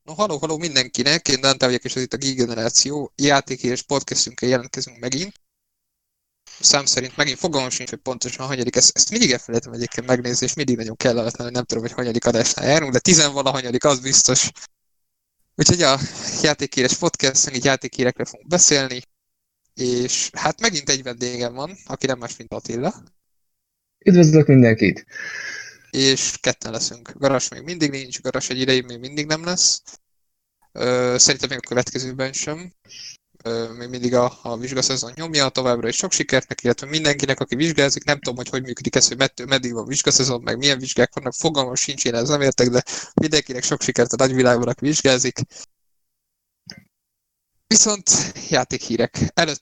No, halló mindenkinek, én Dante vagyok, és ez itt a Geek Generáció játékhíres podcastünkkel jelentkezünk megint. Szám szerint megint fogalmam sincs, hogy pontosan hanyadik, ezt mindig elfelejtem egyébként megnézni, és mindig nagyon kellemetlen, hogy nem tudom, hogy hanyadik adásnál járunk, de 10-valahanyadik, az biztos. Úgyhogy a játékhíres podcasten így játékhírekre fogunk beszélni, és hát megint egy vendégem van, aki nem más, mint Attila, Üdvözlök mindenkit! és ketten leszünk. Garas még mindig nincs, Garas egy ideig még mindig nem lesz. Szerintem még a következőben sem. Még mindig a vizsgaszezon nyomja, továbbra is sok sikert neki, illetve mindenkinek, aki vizsgázik. Nem tudom, hogy működik ez, hogy meddig van vizsgaszezon, meg milyen vizsgák vannak, fogalmam sincs, én ez nem értek, de mindenkinek sok sikert a nagyvilágban, aki vizsgázik. Viszont játékhírek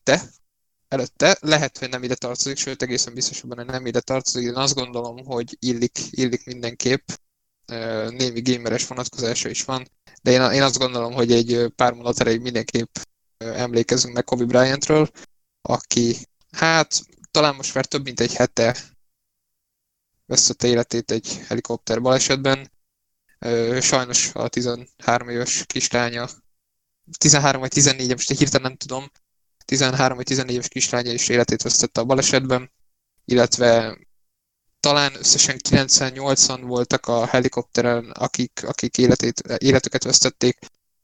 előtte lehet, hogy nem ide tartozik, sőt egészen biztos, hogy nem ide tartozik, én azt gondolom, hogy illik mindenképp. Némi gameres vonatkozása is van, de én azt gondolom, hogy egy pár mondat erejéig mindenképp emlékezünk meg Kobe Bryantről, aki hát talán most már több mint egy hete vesztette életét egy helikopter balesetben. Sajnos a 13 éves kislánya, 13 vagy 14, most hirtelen nem tudom, 13 vagy 14 éves kislánya is életét vesztette a balesetben, illetve talán összesen 98-an voltak a helikopteren, akik életüket vesztették.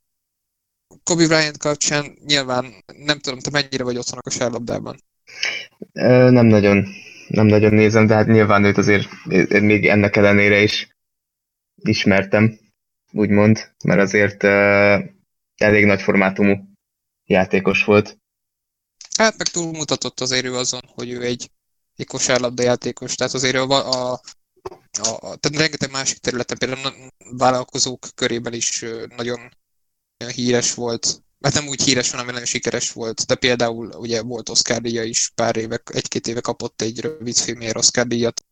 Kobe Bryant kapcsán nyilván nem tudom, te mennyire vagy otthon a kosárlabdában. Nem nagyon nézem, de hát nyilván őt azért én még ennek ellenére is ismertem, úgymond, mert azért elég nagy formátumú játékos volt. Hát meg túlmutatott azért ő azon, hogy ő egy kosárlabda játékos, tehát azért tehát rengeteg másik területen, például vállalkozók körében is nagyon híres volt. Hát nem úgy híres, hanem nagyon sikeres volt, de például ugye volt Oscar-díja is, egy-két éve kapott egy rövid filmért Oscar-díjat,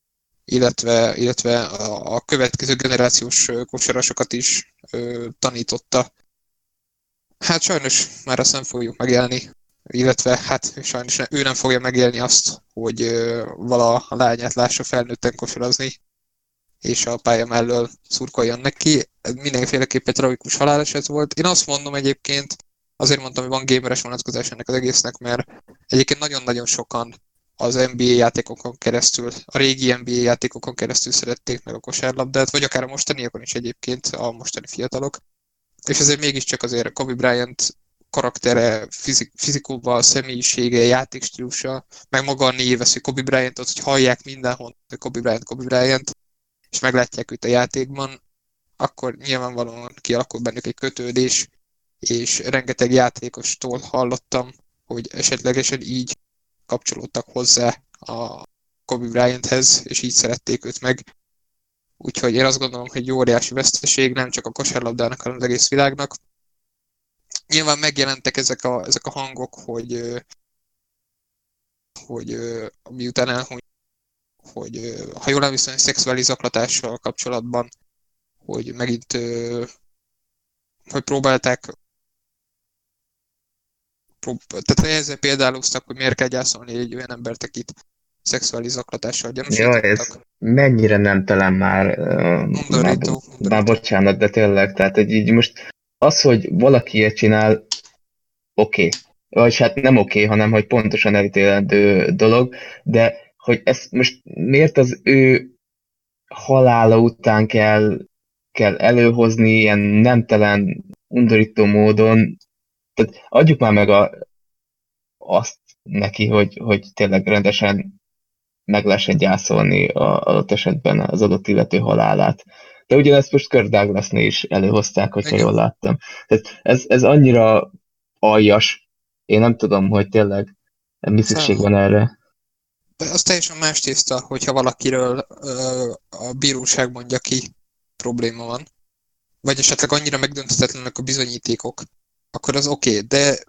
illetve a következő generációs kosarasokat is tanította. Hát sajnos már azt nem fogjuk megélni, illetve hát sajnos ő nem fogja megélni azt, hogy vala a lányát lássa felnőtten kosarazni, és a pálya mellől szurkoljon neki. Ez mindenféleképpen egy tragikus haláleset volt. Én azt mondom egyébként, azért mondtam, hogy van gameres vonatkozás ennek az egésznek, mert egyébként nagyon-nagyon sokan az NBA játékokon keresztül, a régi NBA játékokon keresztül szerették meg a kosárlabdát, vagy akár a mostaniakon is egyébként, a mostani fiatalok. És azért mégiscsak azért Kobe Bryant karaktere, fizikóval, személyisége, játékstílusa, meg maga a név, hogy Kobe Bryantot, hogy hallják mindenhol, hogy Kobe Bryant, és meglátják őt a játékban, akkor nyilvánvalóan kialakult bennük egy kötődés, és rengeteg játékostól hallottam, hogy esetlegesen így kapcsolódtak hozzá a Kobe Bryanthez, és így szerették őt meg. Úgyhogy én azt gondolom, hogy egy óriási veszteség, nem csak a kosárlabdának, hanem az egész világnak. Nyilván megjelentek ezek a hangok, hogy miután elhunyt, hogy ha jól emlékszem, szexuális zaklatással kapcsolatban, hogy megint hogy próbálták, tehát ezzel példáloztak, hogy miért kell gyászolni egy olyan embert, akit szexuális zaklatással Ja, ez gyanúsítottak. mennyire nemtelen már, Undorító. már bocsánat, de tényleg, tehát hogy így most az, hogy valaki ilyet csinál, oké. Vagy hát nem oké, hanem hogy pontosan elítélendő dolog, de hogy ezt most miért az ő halála után kell előhozni ilyen nemtelen, undorító módon. Tehát adjuk már meg azt neki, hogy tényleg rendesen meg lehessen gyászolni adott esetben az adott illető halálát. De ugyanezt most Kirk Douglasnél is előhozták, hogyha Igen. jól láttam. Tehát ez annyira aljas, én nem tudom, hogy tényleg mi szükség van erre. De az teljesen más tészta, hogyha valakiről a bíróság mondja ki, probléma van, vagy esetleg annyira megdönthetetlenek a bizonyítékok, akkor az oké, de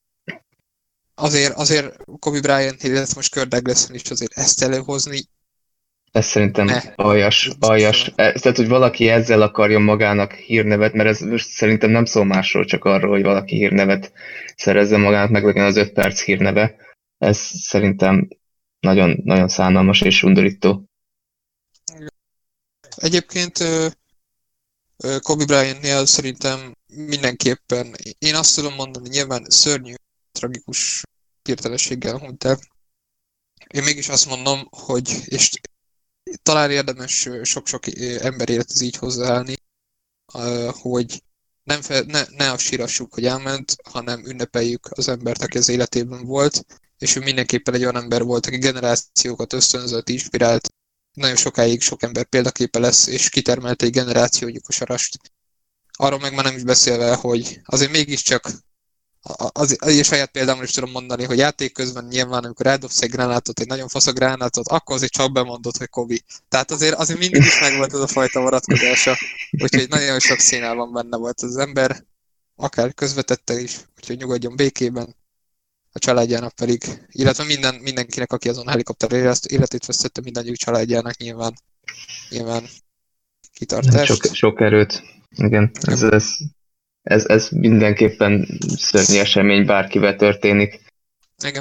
azért Kobe Bryant, illetve most Kirk Douglas-en is azért ezt előhozni, Ez szerintem ne. aljas. Tehát, hogy valaki ezzel akarja magának hírnevet, mert ez most szerintem nem szól másról, csak arról, hogy valaki hírnevet szerezzen magának, meg legyen az 5 perc hírneve. Ez szerintem nagyon, nagyon szánalmas és undorító. Egyébként Kobe Bryantnél szerintem mindenképpen, én azt tudom mondani, nyilván szörnyű, tragikus hirtelenséggel hunyt el. Én mégis azt mondom, hogy, és talán érdemes sok-sok ember élethez így hozzáállni, hogy ne azt sírassuk, hogy elment, hanem ünnepeljük az embert, aki az életében volt, és ő mindenképpen egy olyan ember volt, aki generációkat ösztönzött, inspirált, nagyon sokáig sok ember példaképe lesz, és kitermelt egy generációgyilkos arast. Arról meg már nem is beszélve, hogy azért mégiscsak a saját példámon is tudom mondani, hogy játék közben nyilván, amikor eldobsz egy gránátot, egy nagyon fasz a gránátot, akkor azért csak bemondod, hogy Kobe. Tehát azért mindig is megvolt ez a fajta vonatkozása. Úgyhogy nagyon sok színában benne volt az ember, akár közvetette is, úgyhogy nyugodjon békében, a családjának pedig, illetve mindenkinek, aki azon a helikopter életét vesztette, mindannyiuk családjának nyilván kitartást. Sok erőt. Igen, ez mindenképpen szörnyű esemény, bárkivel történik. Igen.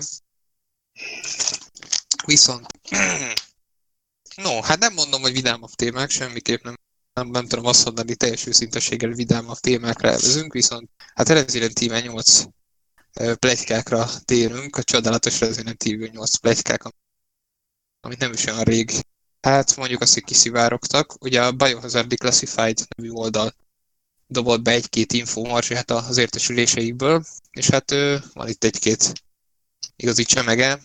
Viszont, no, hát nem mondom, hogy vidámabb témák, semmiképp nem tudom azt mondani, teljes őszintességgel vidámabb témákra elvezünk, viszont hát Resident Evil 8 pletykákra térünk, a csodálatos Resident Evil 8 pletykák, amit nem is olyan rég, hát mondjuk azt, hogy kiszivárogtak. Ugye a Biohazard Declassified nevű oldal dobott be egy-két infómarzsát az értesüléseikből, és hát van itt egy-két igazi csemege.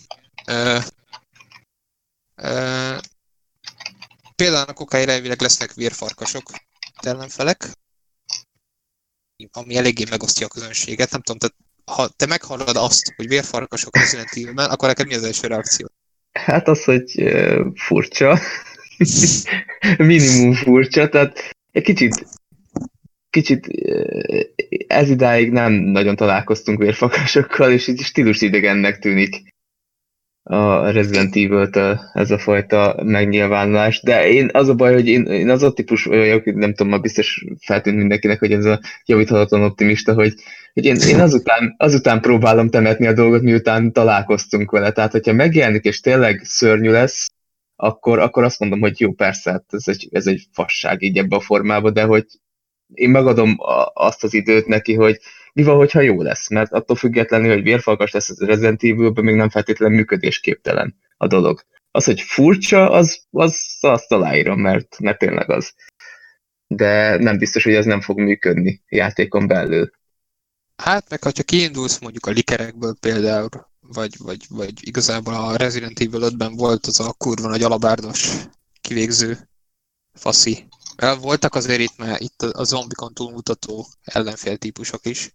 Például a kokáira elvileg lesznek vérfarkasok, ellenfelek, ami eléggé megosztja a közönséget. Nem tudom, tehát ha te meghallod azt, hogy vérfarkasok Resident Evil-ben, akkor neked mi az első reakció? Hát az, hogy furcsa. Minimum furcsa, tehát egy kicsit ez idáig nem nagyon találkoztunk vérfarkasokkal, és így stílusidegennek tűnik a Resident Evil-től ez a fajta megnyilvánulás, de az a baj, hogy én az a típus vagyok, nem tudom, ma biztos feltűnt mindenkinek, hogy ez a javíthatatlan optimista, hogy én azután próbálom temetni a dolgot, miután találkoztunk vele, tehát hogyha megjelenik és tényleg szörnyű lesz, akkor azt mondom, hogy jó, persze, hát ez egy fasság így ebbe a formába, de hogy én megadom azt az időt neki, hogy mi van, hogyha jó lesz, mert attól függetlenül, hogy vérfarkas lesz az Resident Evil-ben, még nem feltétlenül működésképtelen a dolog. Az, hogy furcsa, azt aláírom, mert tényleg az. De nem biztos, hogy ez nem fog működni játékon belül. Hát meg ha kiindulsz mondjuk a likerekből például, vagy igazából a Resident Evil 5-ben volt az a kurva nagy alabárdos kivégző faszi. Voltak azért itt a zombikon túlmutató ellenfél típusok is.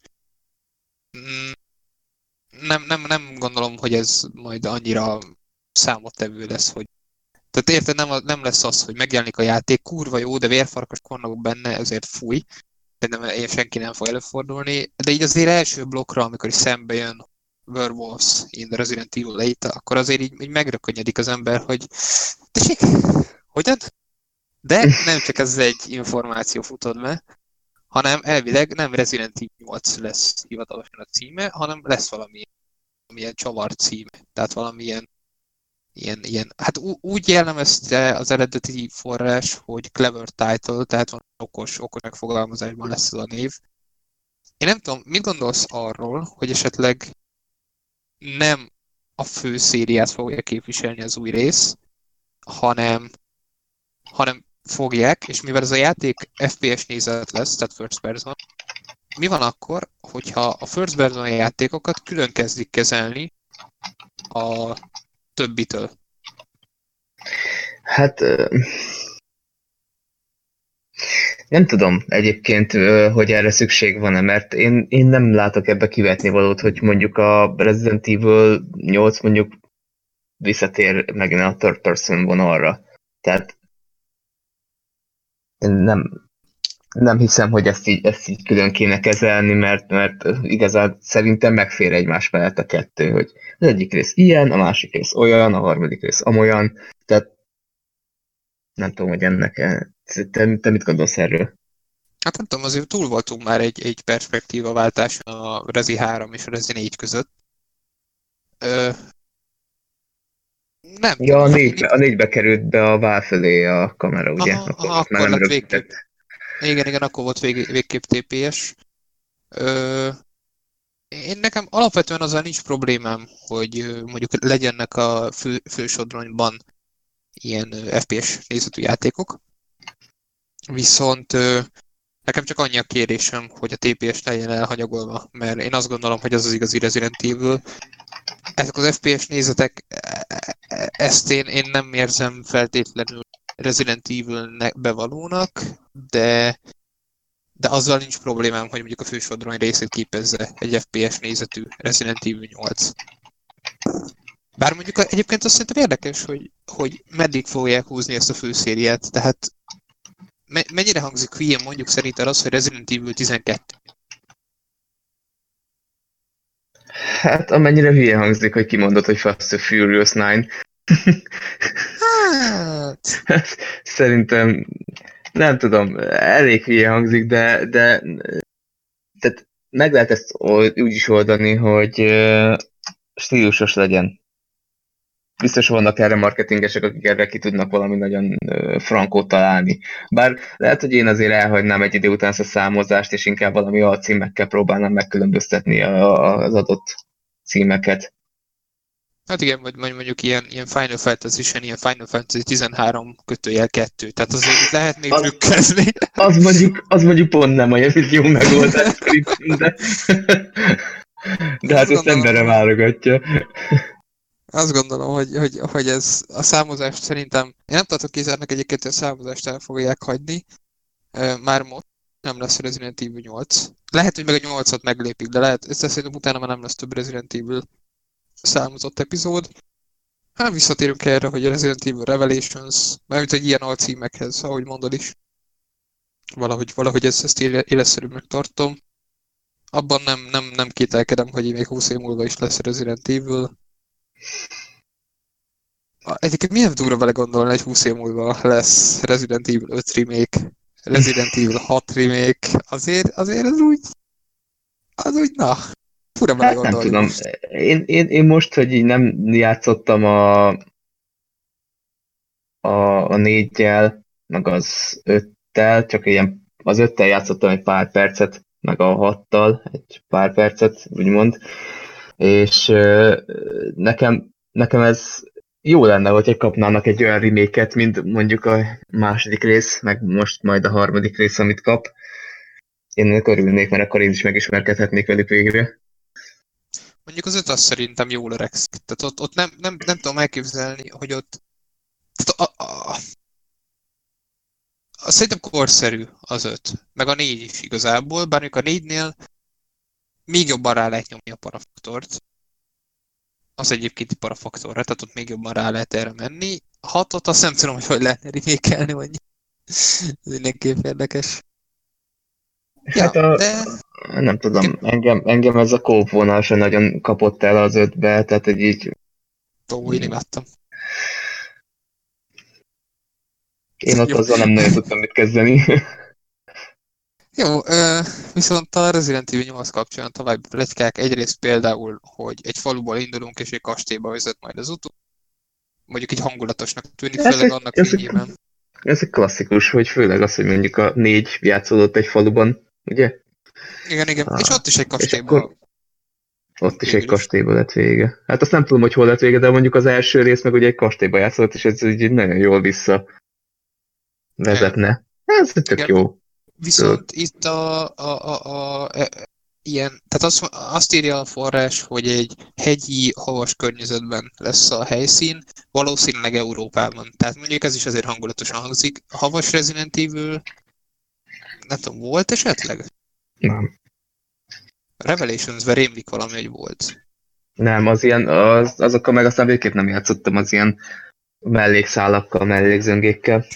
Nem gondolom, hogy ez majd annyira számottevő lesz, hogy... Tehát érted, nem lesz az, hogy megjelenik a játék, kurva jó, de vérfarkas vannak benne, ezért fúj. Szerintem senki nem fog előfordulni. De így azért első blokkra, amikor is szembe jön Werewolves in the Resident Evil 8, akkor azért így megrökönnyedik az ember, hogy tessék, hogyan? De nem csak ez egy információ futott be, hanem elvileg nem Resident Evil 8 lesz hivatalosan a címe, hanem lesz valamilyen csavar címe. Tehát valamilyen ilyen, hát úgy jellemezte az eredeti forrás, hogy clever title, tehát van okos megfogalmazásban lesz az a név. Én nem tudom, mit gondolsz arról, hogy esetleg nem a fő szériát fogja képviselni az új rész, hanem fogják, és mivel ez a játék FPS nézet lesz, tehát first person, mi van akkor, hogyha a first person játékokat külön kezdik kezelni a többitől? Hát nem tudom egyébként, hogy erre szükség van-e, mert én nem látok ebbe kivetni valót, hogy mondjuk a Resident Evil 8 mondjuk visszatér megint a third person vonalra. Tehát én nem hiszem, hogy ezt így külön kéne kezelni, mert igazán szerintem megfér egymás mellett a kettő, hogy az egyik rész ilyen, a másik rész olyan, a harmadik rész amolyan, tehát nem tudom, hogy ennek te mit gondolsz erről? Hát nem tudom, azért túl voltunk már egy perspektívaváltáson a Rezi 3 és a Rezi 4 között. Nem Ja, tudom. a négybe került be a vál fölé a kamera, ugye? Aha, akkor már nem lett végképp. rögzített. Igen, akkor volt végképp TPS. Én nekem alapvetően azzal nincs problémám, hogy mondjuk legyenek a fősodronyban ilyen FPS nézetű játékok. Viszont nekem csak annyi a kérésem, hogy a TPS legyen elhanyagolva, mert én azt gondolom, hogy az az igazi Resident Evil. Ezek az FPS nézetek, ezt én nem érzem feltétlenül Resident Evil bevalónak, de azzal nincs problémám, hogy mondjuk a fősodrony részét képezze egy FPS nézetű Resident Evil 8. Bár mondjuk egyébként azt szerintem érdekes, hogy meddig fogják húzni ezt a főszériát, tehát mennyire hangzik hülyén mondjuk szerinted az, hogy Resident Evil 12? Hát amennyire hülye hangzik, hogy kimondod, hogy Fast and Furious 9. Hát... Szerintem, nem tudom, elég hülye hangzik, de tehát meg lehet ezt úgy is oldani, hogy stílusos legyen. Biztos vannak erre marketingesek, akik erre ki tudnak valami nagyon frankót találni. Bár lehet, hogy én azért elhagynám egy idő után ezt a számozást, és inkább valami alcímekkel próbálnám megkülönböztetni az adott címeket. Hát igen, vagy mondjuk ilyen Final Fantasy-sen, ilyen Final Fantasy 13/2, tehát azért lehet még trükkezni. Az mondjuk pont nem olyan jó megoldás szerintem, de hát ezt emberre válogatja. Azt gondolom, hogy ez a számozást szerintem, én nem tartok kizárnak egyébként, hogy a számozást el fogják hagyni. Már most nem lesz Resident Evil 8. Lehet, hogy meg a 8-at meglépik, de lehet, ezt szerintem utána már nem lesz több Resident Evil számozott epizód. Hát visszatérünk erre, hogy a Resident Evil Revelations, mármint egy ilyen alcímekhez, ahogy mondod is. Valahogy ezt éleszszerűbbnek tartom. Abban nem kételkedem, hogy még 20 év múlva is lesz Resident Evil. Egyébként milyen durva vele gondolni, hogy 20 év múlva lesz Resident Evil 5 remake, Resident Evil 6 remake, azért az úgy, na, fura vele gondolni. Nem tudom, most. Én most, hogy így nem játszottam a 4-jel, meg az 5-tel, csak ilyen az 5-tel játszottam egy pár percet, meg a 6-tal egy pár percet, úgymond, és nekem ez jó lenne, hogy kapnának egy olyan remake-et, mint mondjuk a második rész, meg most majd a harmadik rész, amit kap. Én ennek örülnék, mert akkor én is megismerkedhetnék velük végre. Mondjuk az 5 az szerintem jól öregszik. Tehát ott nem tudom elképzelni, hogy ott... Szerintem korszerű az 5, meg a 4 is igazából, bár a 4-nél még jobban rá lehet nyomni a parafaktort. Az egyébként parafaktorra, tehát ott még jobban rá lehet erre menni. A 6-ot azt nem tudom, hogy lehetne remake-elni, vagy ez mindenképp érdekes. Hát de... nem tudom, engem ez a coop vonal sem nagyon kapott el az 5-be, tehát egy így... Én imádtam. Én ott azzal nem nagyon tudtam mit kezdeni. Jó, viszont a Resident Evil 8 kapcsán további pletykák. Egyrészt például, hogy egy faluból indulunk és egy kastélyba vezet majd az út. Mondjuk így hangulatosnak tűnik, főleg annak fényében. Ez egy klasszikus, hogy főleg az, hogy mondjuk a 4 játszódott egy faluban, ugye? Igen, és ott is egy kastélyban. Ott is egy kastélyban lett vége. Hát azt nem tudom, hogy hol lett vége, de mondjuk az első rész meg ugye egy kastélyban játszódott, és ez így nagyon jól vissza vezetne. Ez tök jó. Viszont itt ilyen, tehát azt írja a forrás, hogy egy hegyi, havas környezetben lesz a helyszín, valószínűleg Európában. Tehát mondjuk ez is azért hangulatosan hangzik. A havas Resident Evil, nem tudom, volt esetleg? Nem. Revelations-ben rémlik valami, hogy volt. Nem, az ilyen, azokkal meg aztán végképp nem játszottam, az ilyen mellékszálakkal, mellékzöngékkel.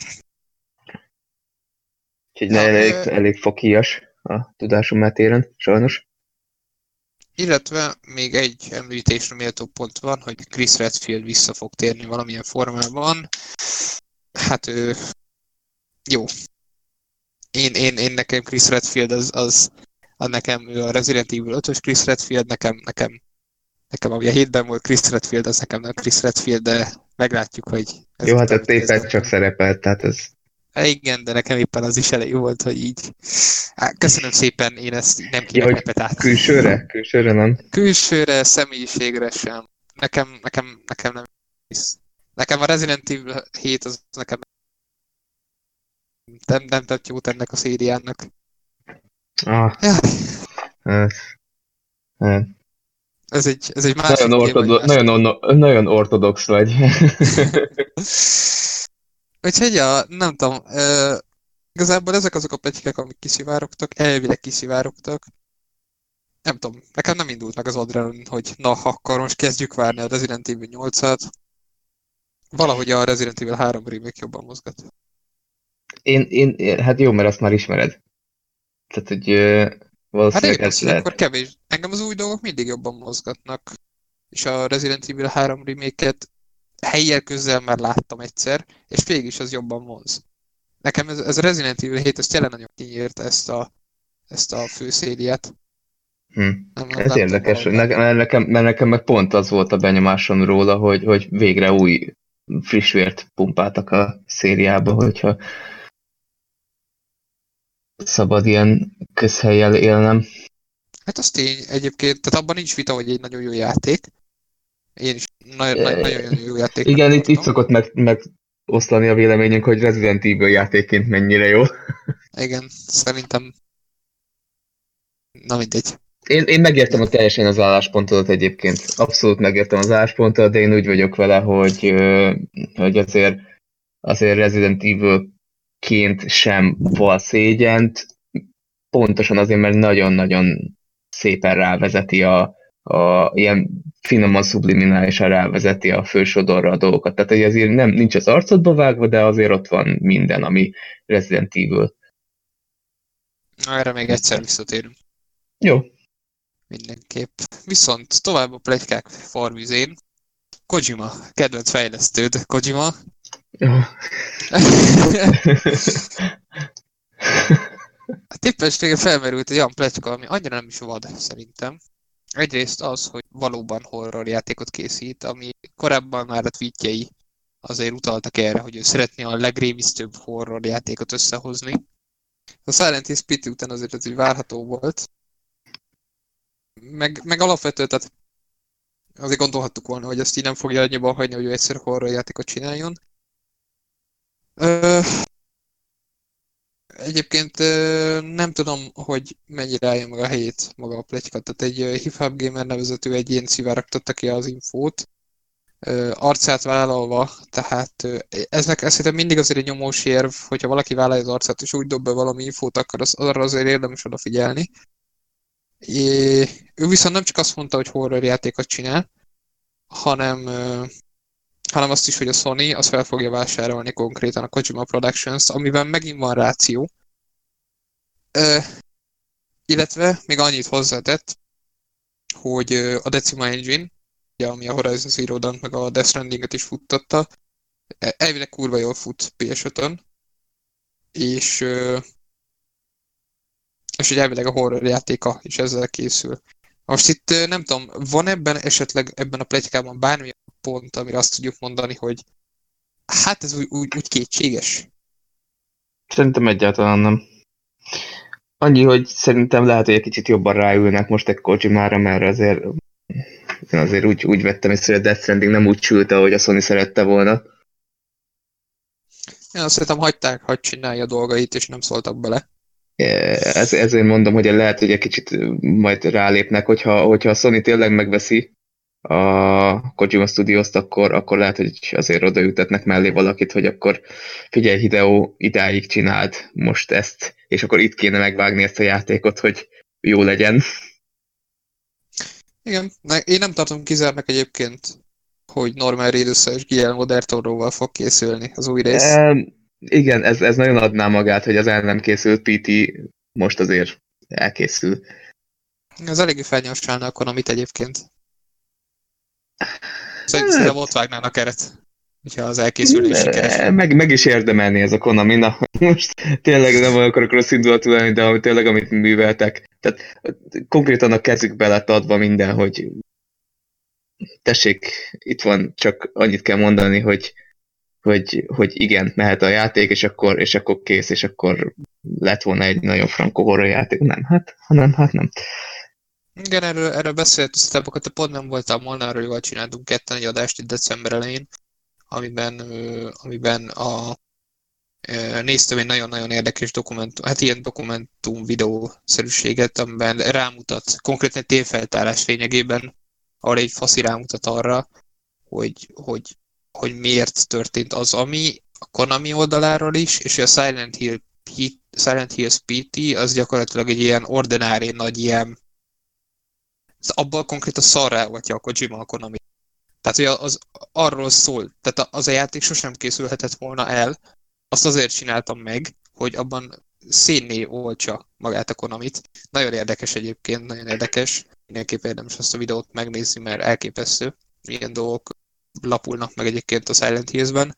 Úgyhogy elég fokhíjas a tudásom átéren, sajnos. Illetve még egy említésre méltó pont van, hogy Chris Redfield vissza fog térni valamilyen formában. Hát jó. Én nekem Chris Redfield az nekem a Resident Evil 5-ös Chris Redfield, nekem ami a 7-ben volt Chris Redfield, az nekem nem Chris Redfield, de meglátjuk, hogy... Jó, hát a tépet csak szerepelt, tehát ez... Igen, de nekem éppen az is elég volt, hogy így. Köszönöm szépen, én ezt nem Ja, kérek hogy nepet át. külsőre nem. Külsőre, személyiségre sem. Nekem nem hisz. Nekem a Resident Evil 7 az nekem nem tett jót ennek a szériának. Ah, Ja, hát, hát. ez egy másik téma, egy másik. Nagyon ortodox vagy. Úgyhogy ja, nem tudom. Igazából ezek azok a pletykák, amik kiszivárogtak, elvileg kiszivárogtak. Nem tudom, nekem nem indult meg az adrenalin, hogy na, akkor most kezdjük várni a Resident Evil 8-at. Valahogy a Resident Evil 3 remake jobban mozgat. Hát jó, mert azt már ismered. Tehát, hogy Hát valószínűleg igen, ez az, hogy akkor lehet. kevés. Engem az új dolgok mindig jobban mozgatnak. És a Resident Evil 3 remake-et hellyel közel már láttam egyszer, és végig is az jobban vonz. Nekem ez a Resident Evil 7, ez tényleg nagyon kinyírta ezt a főszériát. Hm. Ez Nem tudom, érdekes, valahogy mert nekem meg pont az volt a benyomásom róla, hogy végre új friss vért pumpáltak a szériába, hogyha szabad ilyen közhellyel élnem. Hát az tény egyébként, tehát abban nincs vita, hogy egy nagyon jó játék. Én is nagyon jó játéknak Igen, itt tartom. szokott megoszlani a véleményünk, hogy Resident Evil játékként mennyire jó. Igen, szerintem, na mindegy. Én megértem Igen. teljesen az álláspontodat egyébként. Abszolút megértem az álláspontodat, de én úgy vagyok vele, hogy azért Resident Evil-ként sem val szégyent, pontosan azért, mert nagyon-nagyon szépen rávezeti ilyen finoman subliminálisan rávezeti a fősodorra a dolgokat. Tehát, hogy azért nincs az arcodba vágva, de azért ott van minden, ami Resident Evil. Erre még egyszer visszatérünk. Jó. Mindenképp. Viszont tovább a pletykák farvizén. Kojima, kedvenc fejlesztőd, Kojima. A tippessége felmerült egy olyan pletyka, ami annyira nem is vad, szerintem. Egyrészt az, hogy valóban horror játékot készít, ami korábban már a tweetjei azért utaltak erre, hogy ő szeretné a legrémisztőbb horror játékot összehozni. A Silent Hill Pity után azért ez így várható volt. Meg alapvetően, tehát azért gondolhattuk volna, hogy ezt így nem fogja annyiban hagyni, hogy ő egyszer horror játékot csináljon. Egyébként nem tudom, hogy mennyire állja meg a helyét maga a pletyka. Tehát egy hip-hop gamer nevezető egy ilyen szivárogtatta ki az infót, arcát vállalva, tehát ez szerintem mindig azért egy nyomós érv, hogyha valaki vállalja az arcát és úgy dob be valami infót, akkor arra azért érdemes odafigyelni. Ő viszont nem csak azt mondta, hogy horror játékot csinál, hanem azt is, hogy a Sony az fel fogja vásárolni konkrétan a Kojima Productions, amiben megint van ráció. Illetve még annyit hozzátett, hogy a Decima Engine, ugye, ami a Horizon Zero Dawn meg a Death Strandinget is futtatta, elvileg kurva jól fut PS5-ön, és hogy elvileg a horror játéka is ezzel készül. Most itt nem tudom, van ebben a pletykában bármilyen pont, amire azt tudjuk mondani, hogy hát ez úgy kétséges. Szerintem egyáltalán nem. Annyi, hogy szerintem lehet, hogy egy kicsit jobban ráülnek most egy Kojimára, mert azért úgy vettem észre, hogy a Death Stranding nem úgy sült, ahogy a Sony szerette volna. Én azt szerintem hagyták, hogy csinálja a dolgait, és nem szóltak bele. Ezért mondom, hogy lehet, hogy egy kicsit majd rálépnek, hogyha a Sony tényleg megveszi a Kojima Studios-t, akkor lehet, hogy azért odaütetnek mellé valakit, hogy akkor figyelj, Hideo, idáig csináld most ezt, és akkor itt kéne megvágni ezt a játékot, hogy jó legyen. Igen, én nem tartom kizárnak egyébként, hogy Norman Reedus és Guillermo del Toroval fog készülni az új rész. Igen, ez nagyon adná magát, hogy az el nem készült PT most azért elkészül. Ez eléggé felnyosálna a Konamit egyébként. Szerintem ott vágnának keret, hogyha az elkészülés sikeres. Meg is érdemelni ez a Konami. Na, most tényleg nem akarok rossz indulatú lenni, de tényleg amit műveltek. Tehát konkrétan a kezükbe lett adva minden, hogy tessék, itt van, csak annyit kell mondani, hogy hogy igen, mehet a játék, és akkor kész, és akkor lett volna egy nagyon frankó horror játék. Nem, hát nem. Igen, erről beszéltünk, akkor te pont nem voltál Molnárról, jól csináltunk ketten egy adást itt december elején, amiben néztem egy nagyon-nagyon érdekes dokumentum, hát ilyen dokumentum videószerűséget, amiben rámutat, konkrétan tényfeltárás lényegében, ahol egy faszi rámutat arra, hogy miért történt az, ami a Konami oldaláról is, és a Silent Hills PT az gyakorlatilag egy ilyen ordinári nagy ilyen, abban konkrétan szarrálgatja a Kojima a Konami. Tehát, hogy az arról szól, tehát az a játék sosem készülhetett volna el, azt azért csináltam meg, hogy abban szénné oltsa magát a Konamit. Nagyon érdekes egyébként, nagyon érdekes. Mindenképp érdemes azt a videót megnézni, mert elképesztő. Ilyen dolgok lapulnak meg egyébként a Silent Hills-ben.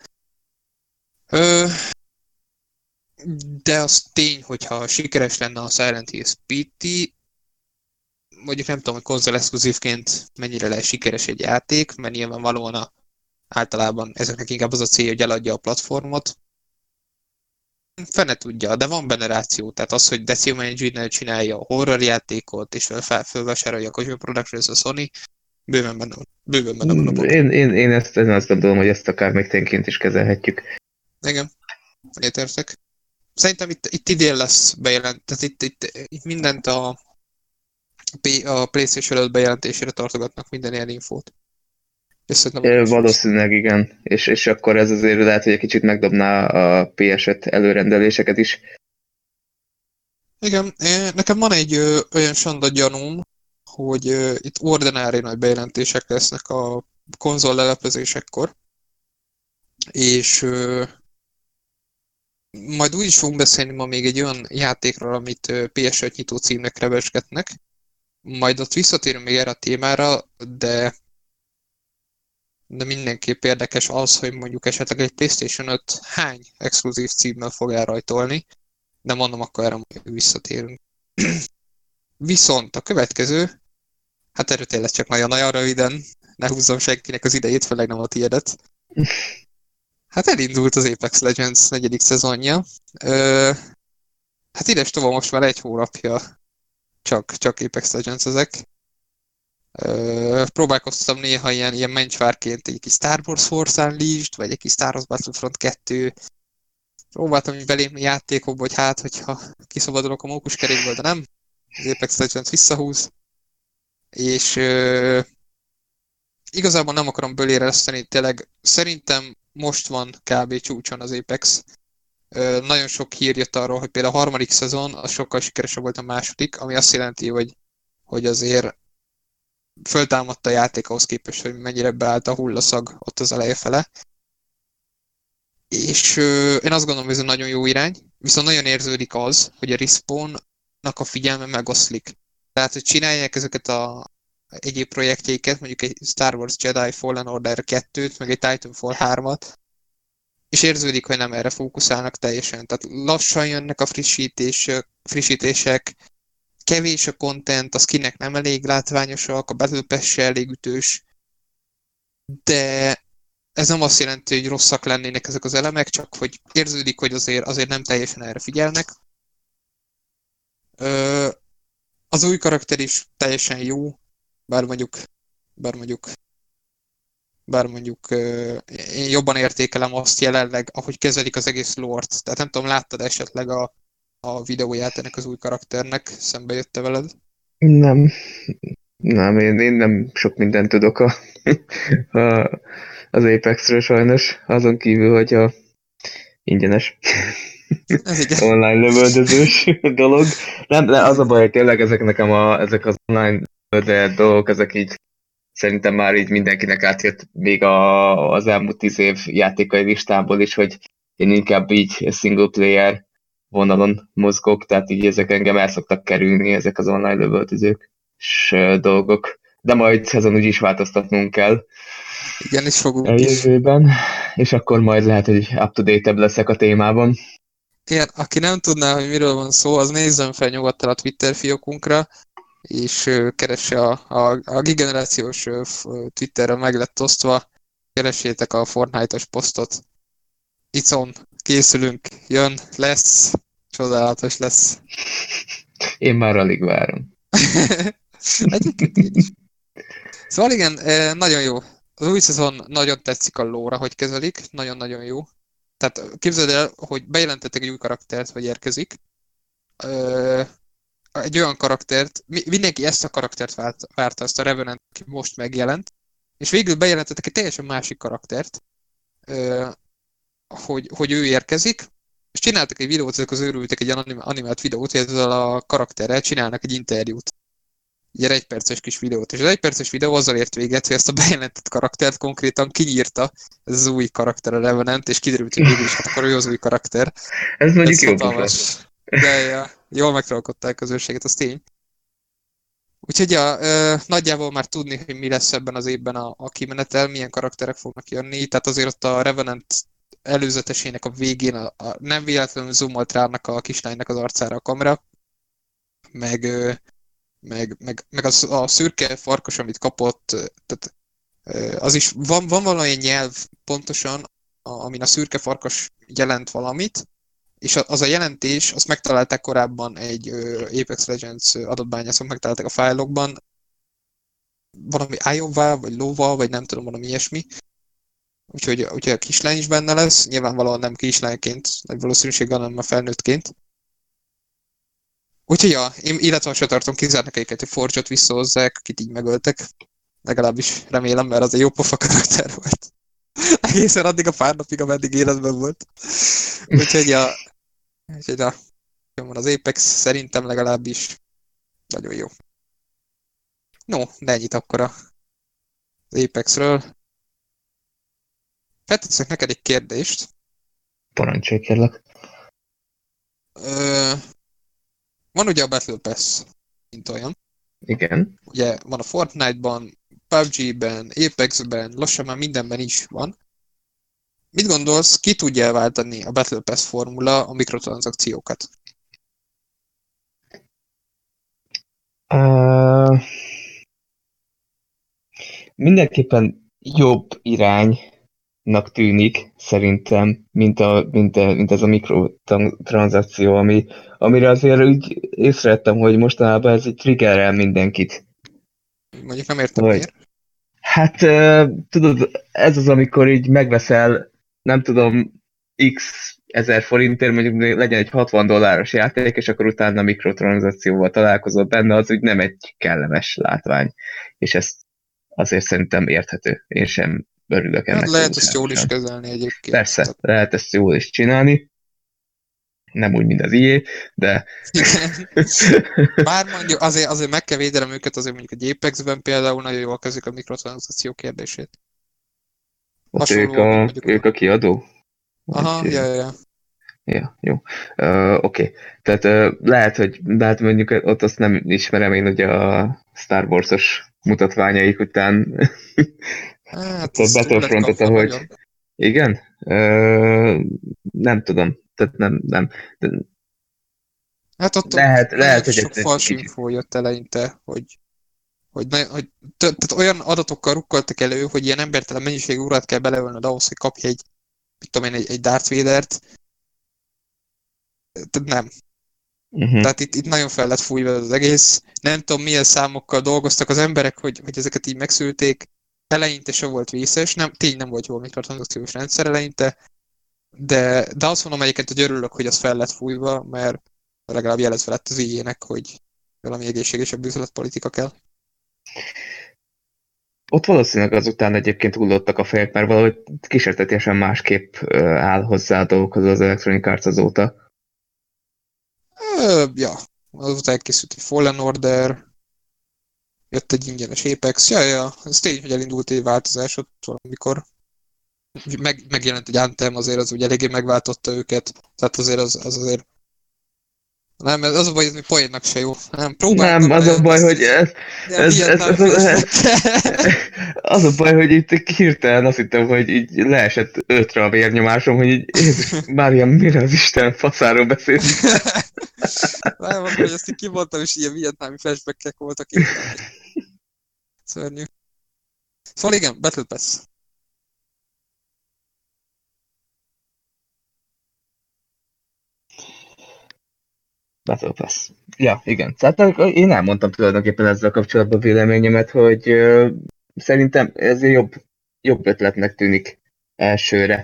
De az tény, hogyha sikeres lenne a Silent Hills PT, mondjuk nem tudom, hogy konzol exkluzívként mennyire lesz sikeres egy játék, mert nyilvánvalóan általában ezeknek inkább az a célja, hogy eladja a platformot. Fene tudja, de van benne ráció, tehát az, hogy Decima Engine-nel csinálja a horror játékot, és fölvásárolja a Kojima Productions a Sony, bőven benne van a bot. Én azt gondolom, hogy ezt akár még tényként is kezelhetjük. Igen, értek. Szerintem itt idén lesz bejelent, tehát itt mindent a PlayStation 5 bejelentésére tartogatnak, minden ilyen infót. Valószínűleg igen, és akkor ez azért lehet, hogy egy kicsit megdobná a PS5 előrendeléseket is. Igen, nekem van egy olyan sanda gyanúm, hogy itt ordinári nagy bejelentések lesznek a konzol leleplezésekkor, és majd úgy is fogunk beszélni ma még egy olyan játékról, amit PS5 nyitó címnek revesgetnek, majd ott visszatérünk még erre a témára, de mindenképp érdekes az, hogy mondjuk esetleg egy PlayStation 5 hány exkluzív címmel fog elrajtolni, de mondom, akkor erre visszatérünk. Viszont a következő, hát erről tényleg csak nagyon-nagyon röviden, ne húzzam senkinek az idejét, főleg nem a tiédet. Hát elindult az Apex Legends 4. szezonja. Hát ides tovább most már 1 hónapja csak Apex Legends ezek. Próbálkoztam néha ilyen mencsvárként egy kis Star Wars Force Unleashed, vagy egy kis Star Wars Battlefront 2. Próbáltam így belépni játékokba, hogy hát, hogyha kiszabadulok a mókuskerékből, de nem. Az Apex Legends visszahúz. És igazából nem akarom böléreszteni, tényleg szerintem most van kb. Csúcson az Apex. Nagyon sok hír jött arról, hogy például a 3. szezon az sokkal sikeresebb volt a második, ami azt jelenti, hogy azért föltámadta a játék ahhoz képest, hogy mennyire beállt a hullaszag ott az eleje fele. És én azt gondolom, hogy ez egy nagyon jó irány, viszont nagyon érződik az, hogy a Respawnnak a figyelme megoszlik. Tehát, hogy csinálják ezeket a egyéb projektjeiket, mondjuk egy Star Wars Jedi Fallen Order 2-t, meg egy Titanfall 3-at, és érződik, hogy nem erre fókuszálnak teljesen. Tehát lassan jönnek a frissítések, kevés a content, a skinek nem elég látványosak, a Battle Pass se elég ütős, de ez nem azt jelenti, hogy rosszak lennének ezek az elemek, csak hogy érződik, hogy azért nem teljesen erre figyelnek. Az új karakter is teljesen jó, bár mondjuk én jobban értékelem azt jelenleg, ahogy kezelik az egész lore-t. Tehát nem tudom, láttad esetleg a videóját ennek az új karakternek, szembe jött-e veled? Nem, én nem sok mindent tudok az Apexről sajnos, azon kívül, hogy a ingyenes online lövöldözős dolog. Nem, de az a baj, hogy tényleg ezek az online lövöldöző dolgok, ezek így szerintem már így mindenkinek átjött még az elmúlt 10 év játékai listából is, hogy én inkább így single player vonalon mozgok, tehát így ezek engem el szoktak kerülni, ezek az online lövöldözők és dolgok. De majd ezen úgyis változtatnunk kell. Igen, és fogunk a jövőben, és akkor majd lehet, hogy up-to-date-ebb leszek a témában. Igen, aki nem tudná, hogy miről van szó, az nézzen fel nyugodtan a Twitter fiókunkra, és keresse a gigenerációs Twitterre meg lett osztva, keressétek a Fortnite-os posztot, It's on, készülünk, jön, lesz, csodálatos lesz. Én már alig várom. Egyébként én is. Szóval igen, nagyon jó. Az új szezon nagyon tetszik a lóra, hogy kezelik, nagyon-nagyon jó. Tehát képzeld el, hogy bejelentettek egy új karaktert, hogy érkezik. Egy olyan karaktert, mindenki ezt a karaktert várta, azt a Revenant, aki most megjelent, és végül bejelentettek egy teljesen másik karaktert, hogy ő érkezik, és csináltak egy videót, ezek az őrültek egy ilyen animált videót, hogy ezzel a karakterrel csinálnak egy interjút. Ilyen 1 perces kis videót. És az 1 perces videó azzal ért véget, hogy ezt a bejelentett karaktert konkrétan kinyírta, ez az új karakter a Revenant, és kiderült, hogy végül is hát akkor ő az új karakter. Ez mondjuk Ez jó hatalmas. Ja, jól megtrollkodták a közönséget, az tény. Úgyhogy ja, nagyjából már tudni, hogy mi lesz ebben az évben a kimenetel, milyen karakterek fognak jönni. Tehát azért ott a Revenant előzetesének a végén nem véletlenül zoomolt rá annak a kislánynak az arcára a kamera, meg a szürke farkas, amit kapott, tehát az is van valami nyelv pontosan, amin a szürke farkas jelent valamit, és az a jelentés, azt megtalálták korábban egy Apex Legends adatbányászok, megtalálták a fájlokban, valami Iowa, vagy Lova, vagy nem tudom, valami ilyesmi. Úgyhogy a kislány is benne lesz, nyilvánvalóan nem kislányként, nagy valószínűséggel, hanem a felnőttként. Úgyhogy ja, én illetve se tartom kizárnak egyiket, hogy Forge-ot visszahozzák, akit így megöltek. Legalábbis remélem, mert az egy jó pofa karakter volt. Egészen addig a pár napig, ameddig életben volt. Úgyhogy ja, az Apex szerintem legalábbis nagyon jó. No, de ennyit akkor az Apexről. Feltetszek neked egy kérdést. Parancsolj, kérlek. Van ugye a Battle Pass, mint olyan. Igen. Ugye van a Fortnite-ban, PUBG-ben, Apexben, lassan már mindenben is van. Mit gondolsz, ki tudja elváltani a Battle Pass formula a mikrotranszakciókat? Mindenképpen jobb iránynak tűnik, szerintem, mint ez a mikrotranszakció, amire azért úgy észrevettem, hogy mostanában ez egy triggerel mindenkit. Mondjuk nem értem Vagy, miért. hát tudod, ez az, amikor így megveszel, nem tudom, x ezer forintért, mondjuk legyen egy $60 játék, és akkor utána mikrotranszakcióval találkozol benne, az úgy nem egy kellemes látvány. És ezt azért szerintem érthető. Én sem örülök ennek. Hát lehet ezt jól is kezelni egyébként. Persze, lehet ezt jól is csinálni. Nem úgy, mint az IE, de... Igen. Bár mondjuk azért meg kell védelem őket, azért mondjuk a Apexben például nagyon jól kezdik a mikrotranszakció kérdését. Ott ők a kiadó? Aha, ja. Ja, jó. Oké. Tehát lehet mondjuk ott azt nem ismerem én ugye a Star Wars-os mutatványaik után. Hát a Battlefrontot, ahogy... Nagyon. Igen? Nem tudom. Tehát nem. Hát ott lehet hogy sok fals infó jött eleinte, hogy tehát olyan adatokkal rukkoltak elő, hogy ilyen embertelen mennyiségű urát kell beleölnöd ahhoz, hogy kapj egy Darth Vadert. Tehát nem. Tehát itt nagyon fel lett fújva az egész. Nem tudom, milyen számokkal dolgoztak az emberek, hogy ezeket így megszülték. Eleinte se volt vészes, tény nem volt jól mikrotranszakciós rendszer eleinte, de azt mondom egyébként, hogy örülök, hogy az fel lett fújva, mert legalább jelezve lett az IE-nek, hogy valami egészségesebb üzletpolitika kell. Ott valószínűleg azután egyébként hullottak a fejek, mert valahogy kísértetiesen másképp áll hozzá a dolgokhoz az Electronic Arts azóta. Ja, azután elkészült egy Fallen Order, jött egy ingyenes Apex, ja, ez tény, hogy elindult egy változás ott valamikor. Megjelent egy Anthem, azért az úgy eléggé megváltotta őket, tehát azért az azért... Nem, az a baj, hogy poénnak se jó. Nem, az a baj, hogy az a baj, hogy itt hirtelen azt hittem, hogy így leesett 5-re a vérnyomásom, hogy így Jézus Mária, mire az Isten faszáról beszélsz? Nem, hogy ezt így kimondtam, és ilyen vietnámi flashback-ek voltak itt. Szörnyű. Szóval igen, Battle Pass. Battle Pass. Ja, igen. Tehát én elmondtam tulajdonképpen ezzel kapcsolatban véleményemet, hogy szerintem ez jobb ötletnek tűnik elsőre.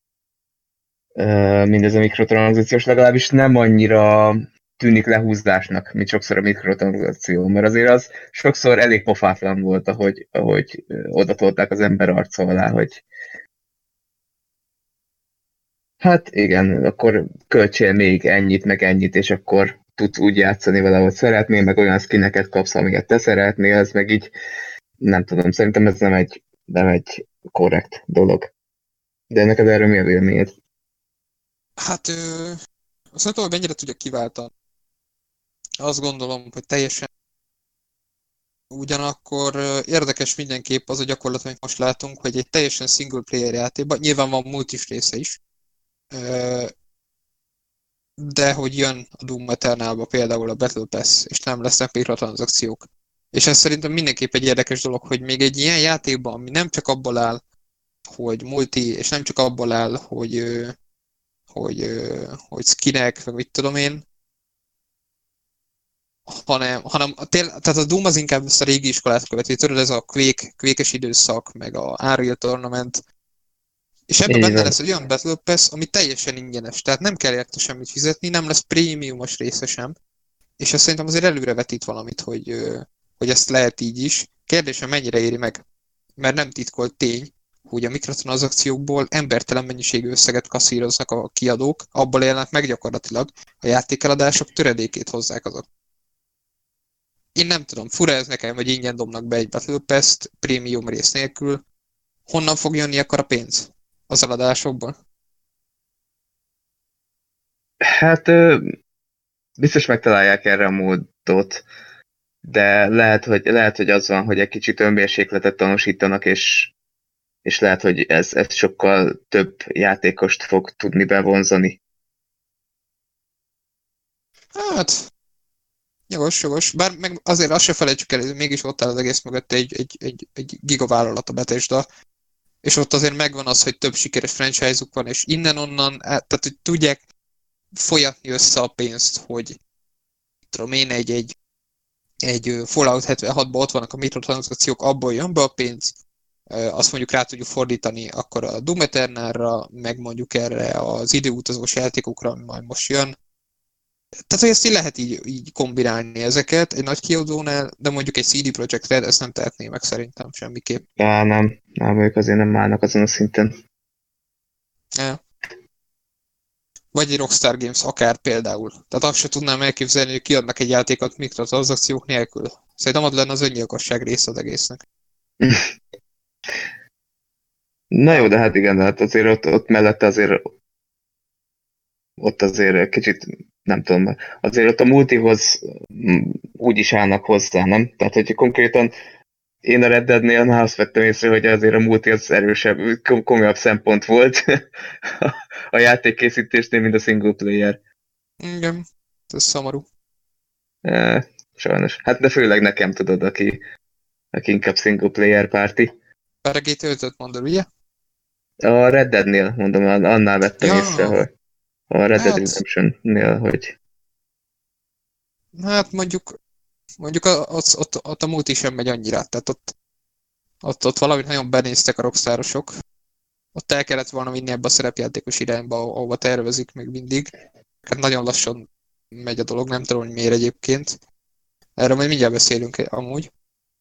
Mindez a mikrotranszakciós, legalábbis nem annyira tűnik lehúzásnak, mint sokszor a mikrotranszakció, mert azért az sokszor elég pofátlan volt, ahogy odatolták az ember arca alá, hogy hát igen, akkor költsél még ennyit, meg ennyit, és akkor tudsz úgy játszani vele, hogy szeretnél, meg olyan skineket kapsz, amiket te szeretnél, ez meg így, nem tudom, szerintem ez nem egy korrekt dolog. De neked erről mi a véleményed? Hát azt nem tudom, hogy mennyire tudja kiváltani. Azt gondolom, hogy teljesen ugyanakkor érdekes mindenképp az a gyakorlat, amit most látunk, hogy egy teljesen single player játékban, nyilván van multis része is, de hogy jön a Doom Eternalba például a Battle Pass, és nem lesznek mikrotranszakciók. És ez szerintem mindenképp egy érdekes dolog, hogy még egy ilyen játékban, ami nem csak abból áll, hogy multi, és nem csak abból áll, hogy skinek, meg mit tudom én, hanem tehát a Doom az inkább ezt a régi iskolát követi, tudod, ez a Quake-es időszak, meg a Unreal Tournament, és ebben benne lesz egy olyan Battle Pass, ami teljesen ingyenes, tehát nem kell érte semmit fizetni, nem lesz prémiumos része sem, és azt szerintem azért előrevetít valamit, hogy ezt lehet így is. Kérdésem, mennyire éri meg? Mert nem titkolt tény, hogy a mikrotranszakciókból embertelen mennyiségű összeget kasszíroznak a kiadók, abból élnek meg gyakorlatilag, a játékeladások töredékét hozzák azok. Én nem tudom, fura ez nekem, hogy ingyen dobnak be egy Battle Pass-t, prémium rész nélkül. Honnan fog jönni akkor a pénz? Az eladásokból? Hát biztos megtalálják erre a módot, de lehet, hogy az van, hogy egy kicsit önmérsékletet tanúsítanak, és lehet, hogy ez sokkal több játékost fog tudni bevonzani. Hát, jogos. Bár meg azért azt se felejtsük el, hogy mégis ott áll az egész mögött egy gigavállalat a Bethesda, és ott azért megvan az, hogy több sikeres franchise-uk van, és innen-onnan, tehát hogy tudják folyatni össze a pénzt, hogy tudom én, egy Fallout 76-ban ott vannak a mikrotranszakciók, abból jön be a pénz, azt mondjuk rá tudjuk fordítani akkor a Doom Eternalra, meg mondjuk erre az időutazós játékokra, ami majd most jön. Tehát, hogy ezt így lehet így kombinálni ezeket egy nagy kiadónál, de mondjuk egy CD Projekt Red ezt nem tehetné meg szerintem semmiképp. Nem, ők azért nem állnak azon a szinten. Ja. Vagy egy Rockstar Games akár például. Tehát azt se tudnám elképzelni, hogy kiadnak egy játékot mikrotranszakciók nélkül. Szerintem az lenne az öngyilkosság része az egésznek. Na jó, de hát igen, hát azért ott mellette azért kicsit, nem tudom, azért ott a multihoz úgy is állnak hozzá, nem? Tehát, hogy konkrétan én a Red Deadnél már azt vettem észre, hogy azért a multi az erősebb, komolyabb szempont volt a játékkészítésnél, mint a single player. Igen, ez szomorú. Sajnos. Hát de főleg nekem tudod, aki inkább single player párti. Bár a GTA 5-öt mondod, ugye? A Red Deadnél, mondom, annál vettem észre, hogy a Red Dead Redemption-nél, hogy... Hát mondjuk ott a multi sem megy annyira, tehát ott valamit nagyon benéztek a rockstárosok. Ott el kellett volna vinni ebbe a szerepjátékos irányba, ahova tervezik még mindig. Hát nagyon lassan megy a dolog, nem tudom, hogy miért egyébként. Erről majd mindjárt beszélünk amúgy.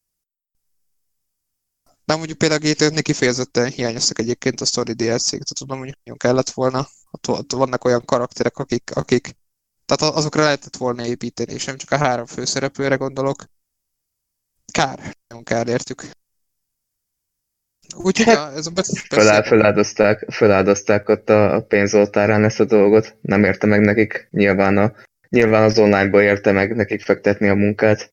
De mondjuk például a GTA 5-nél kifejezetten hiányoztak egyébként a Story DLC-k, tehát tudom, hogy nagyon kellett volna. Ott vannak olyan karakterek, akik tehát azokra lehetett volna építeni, és nem csak a 3 főszereplőre gondolok. Nagyon kár értük. Úgyhogy ez a feláldozták ott a pénzoltárán ezt a dolgot. Nem érte meg nekik. Nyilván az online-ból érte meg nekik fektetni a munkát.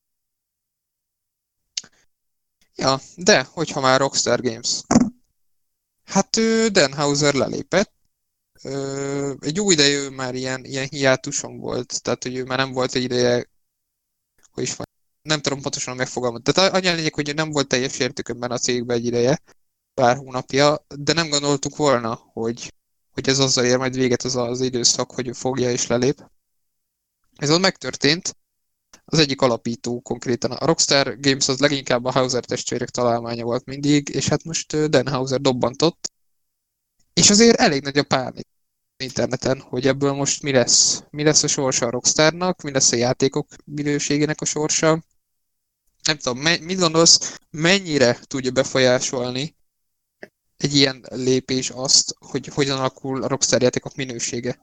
Ja, de hogyha már Rockstar Games. Hát Dan Houser lelépett. Egy jó ideje már ilyen hiátuson volt, tehát hogy ő már nem volt egy ideje, hogy is van, nem tudom pontosan megfogalmazni. Tehát annyi a lényeg, hogy nem volt teljes értékben a cégben egy ideje, pár hónapja, de nem gondoltuk volna, hogy ez azzal ér majd véget az időszak, hogy ő fogja és lelép. Ez ott megtörtént, az egyik alapító konkrétan. A Rockstar Games az leginkább a Hauser testvérek találmánya volt mindig, és hát most Dan Hauser dobbantott, és azért elég nagy a pánik interneten, hogy ebből most mi lesz. Mi lesz a sorsa a Rockstarnak, mi lesz a játékok minőségének a sorsa. Nem tudom, mit gondolsz, mennyire tudja befolyásolni egy ilyen lépés azt, hogy hogyan alakul a Rockstar játékok minősége?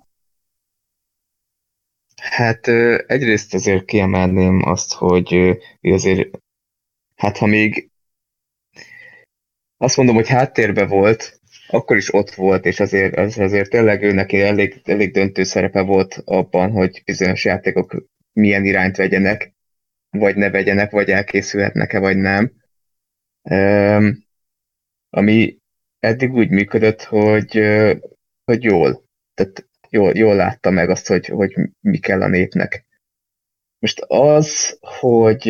Hát egyrészt azért kiemelném azt, hogy azért, hát ha még azt mondom, hogy háttérbe volt, akkor is ott volt, és azért tényleg ő neki elég döntő szerepe volt abban, hogy bizonyos játékok milyen irányt vegyenek, vagy ne vegyenek, vagy elkészülhetnek-e, vagy nem. Ami eddig úgy működött, hogy jól. Tehát jól látta meg azt, hogy mi kell a népnek. Most az, hogy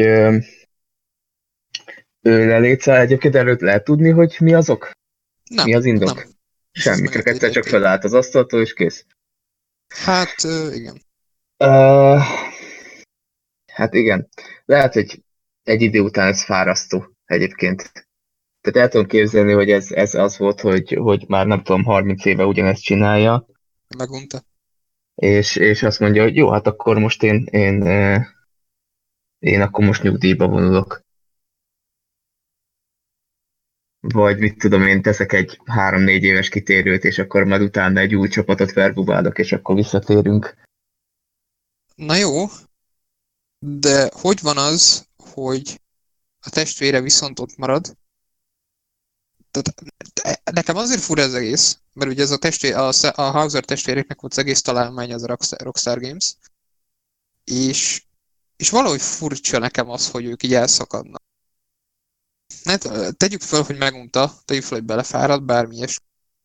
ő lelétszel, egyébként erről lehet tudni, hogy mi azok? Nem, Mi az indok? nem. Semmi, csak egyszer csak felállt az asztaltól, és kész. Hát, igen. Uh, hát igen. Lehet, hogy egy idő után ez fárasztó egyébként. Tehát el tudom képzelni, hogy ez az volt, hogy már nem tudom, 30 éve ugyanezt csinálja, Megunta. és azt mondja, hogy jó, hát akkor most én akkor most nyugdíjba vonulok. Vagy mit tudom én, teszek egy 3-4 éves kitérőt, és akkor majd utána egy új csapatot verbubálok, és akkor visszatérünk. Na jó, de hogy van az, hogy a testvére viszont ott marad? Tehát nekem azért fura ez egész, mert ugye ez a Hauser testvéreknek volt az egész találmány, az a Rockstar Games, és valahogy furcsa nekem az, hogy ők így elszakadnak. Hát, tegyük fel, hogy megunta, tegyük fel, hogy belefáradt, bármi ilyesmi.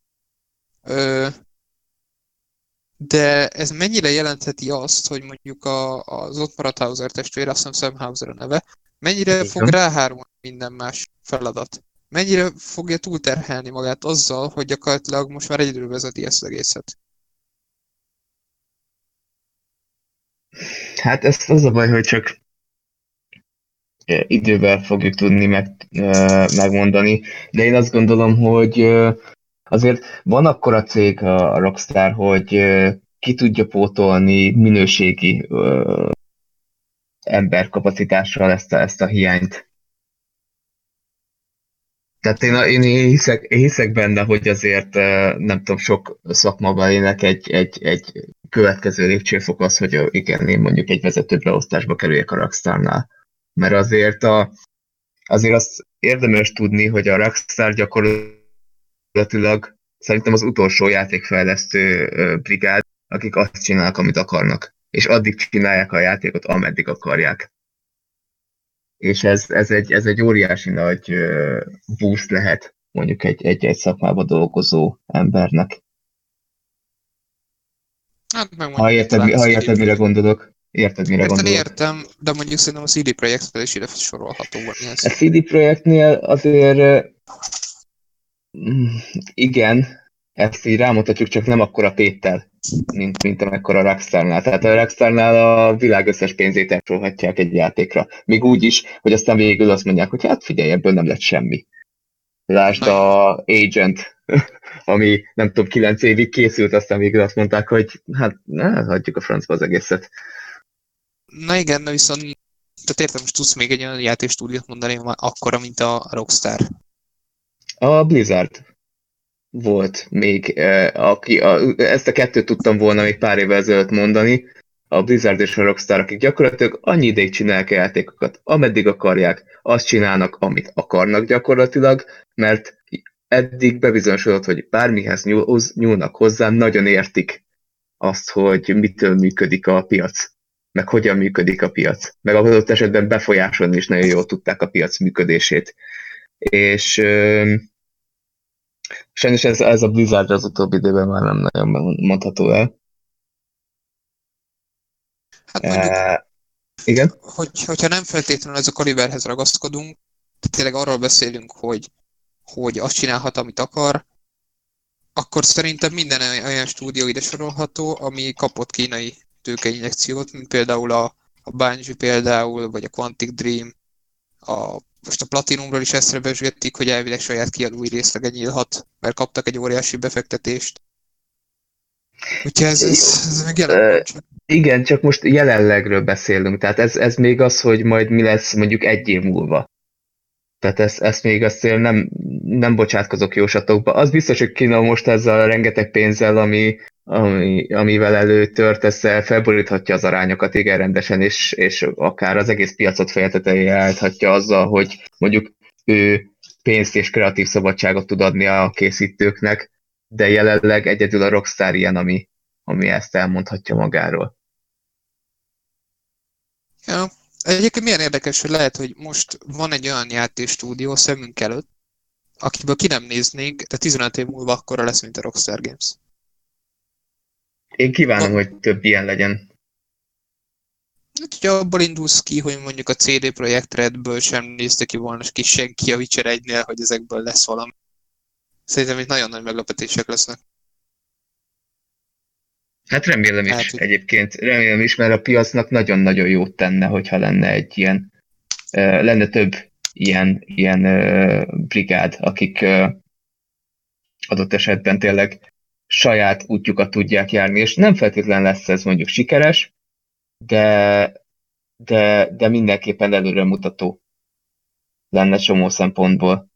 De ez mennyire jelentheti azt, hogy mondjuk az ott maradt Hauser testvére, azt hiszem Sam Hauser a neve, mennyire fog ráhárulni minden más feladat? Mennyire fogja túlterhelni magát azzal, hogy gyakorlatilag most már egyedül vezeti ezt az egészet? Hát ez az a baj, hogy csak idővel fogjuk tudni megmondani, de én azt gondolom, hogy azért van akkora cég a Rockstar, hogy ki tudja pótolni minőségi emberkapacitással ezt a hiányt. Tehát én hiszek benne, hogy azért nem tudom, sok szakmabelének egy következő lépcsőfok az, hogy igen, én mondjuk egy vezető beosztásba kerüljek a Rockstarnál. Mert azért azt érdemes tudni, hogy a Rockstar gyakorlatilag szerintem az utolsó játékfejlesztő brigád, akik azt csinálnak, amit akarnak. És addig csinálják a játékot, ameddig akarják. És ez egy óriási nagy boost lehet mondjuk egy szakmában dolgozó embernek. Hát Ha érted, mire gondolok. Értem, de mondjuk szerintem a CD Projekttel is ide sorolható van ilyen. A CD Projektnél azért igen, ezt így rámutatjuk, csak nem akkora téttel, mint amekkora a Rockstarnál. Tehát a Rockstarnál a világ összes pénzét elcsolhatják egy játékra. Még úgy is, hogy aztán végül azt mondják, hogy hát figyelj, ebből nem lett semmi. Lásd a Agent, ami nem tudom, 9 évig készült, aztán végül azt mondták, hogy hát hagyjuk a francba az egészet. Na igen, de viszont tehát értem, most tudsz még egy olyan játékstúdiót mondani, akkora, mint a Rockstar. A Blizzard volt még, ezt a kettőt tudtam volna még pár évvel ezelőtt mondani, a Blizzard és a Rockstar, akik gyakorlatilag annyi ideig csinálják a játékokat, ameddig akarják, azt csinálnak, amit akarnak gyakorlatilag, mert eddig bebizonyosodott, hogy bármihez nyúlnak hozzá, nagyon értik azt, hogy mitől működik a piac, meg hogyan működik a piac. Meg adott esetben befolyásolni is nagyon jól tudták a piac működését. És sajnos ez a Blizzard az utóbbi időben már nem nagyon mondható el. Hát mondjuk, igen? hogyha nem feltétlenül ez a kaliberhez ragaszkodunk, tényleg arról beszélünk, hogy azt csinálhat, amit akar, akkor szerintem minden olyan stúdió ide sorolható, ami kapott kínai tőkeinjekciót, mint például a Bungie például, vagy a Quantic Dream, most a Platinumról is ezt rebesgették, hogy elvileg saját kiadói részlege nyílhat, mert kaptak egy óriási befektetést. Úgyhogy ez még jelen van csak. Igen, csak most jelenlegről beszélünk, tehát ez még az, hogy majd mi lesz mondjuk 1 év múlva. Tehát ezt még azért nem bocsátkozok jósatokba. Az biztos, hogy Kína most ezzel a rengeteg pénzzel, amivel előtört, ezzel felboríthatja az arányokat igen rendesen, és akár az egész piacot feje tetejére állíthatja azzal, hogy mondjuk ő pénzt és kreatív szabadságot tud adni a készítőknek, de jelenleg egyedül a Rockstar ilyen, ami ezt elmondhatja magáról. Ja. Egyébként milyen érdekes, hogy lehet, hogy most van egy olyan játékstúdió szemünk előtt, akiből ki nem néznénk, de 15 év múlva akkora lesz, mint a Rockstar Games. Én kívánom, hogy több ilyen legyen. Úgyhogy abból indulsz ki, hogy mondjuk a CD Projekt Redből sem nézte ki volna ki senki a Witcher 1-nél, hogy ezekből lesz valami. Szerintem itt nagyon nagy meglepetések lesznek. Hát remélem is egyébként. Remélem is, mert a piacnak nagyon-nagyon jót tenne, hogyha lenne egy ilyen, lenne több ilyen brigád, akik adott esetben tényleg saját útjukat tudják járni, és nem feltétlen lesz ez mondjuk sikeres, de mindenképpen előremutató lenne csomó szempontból.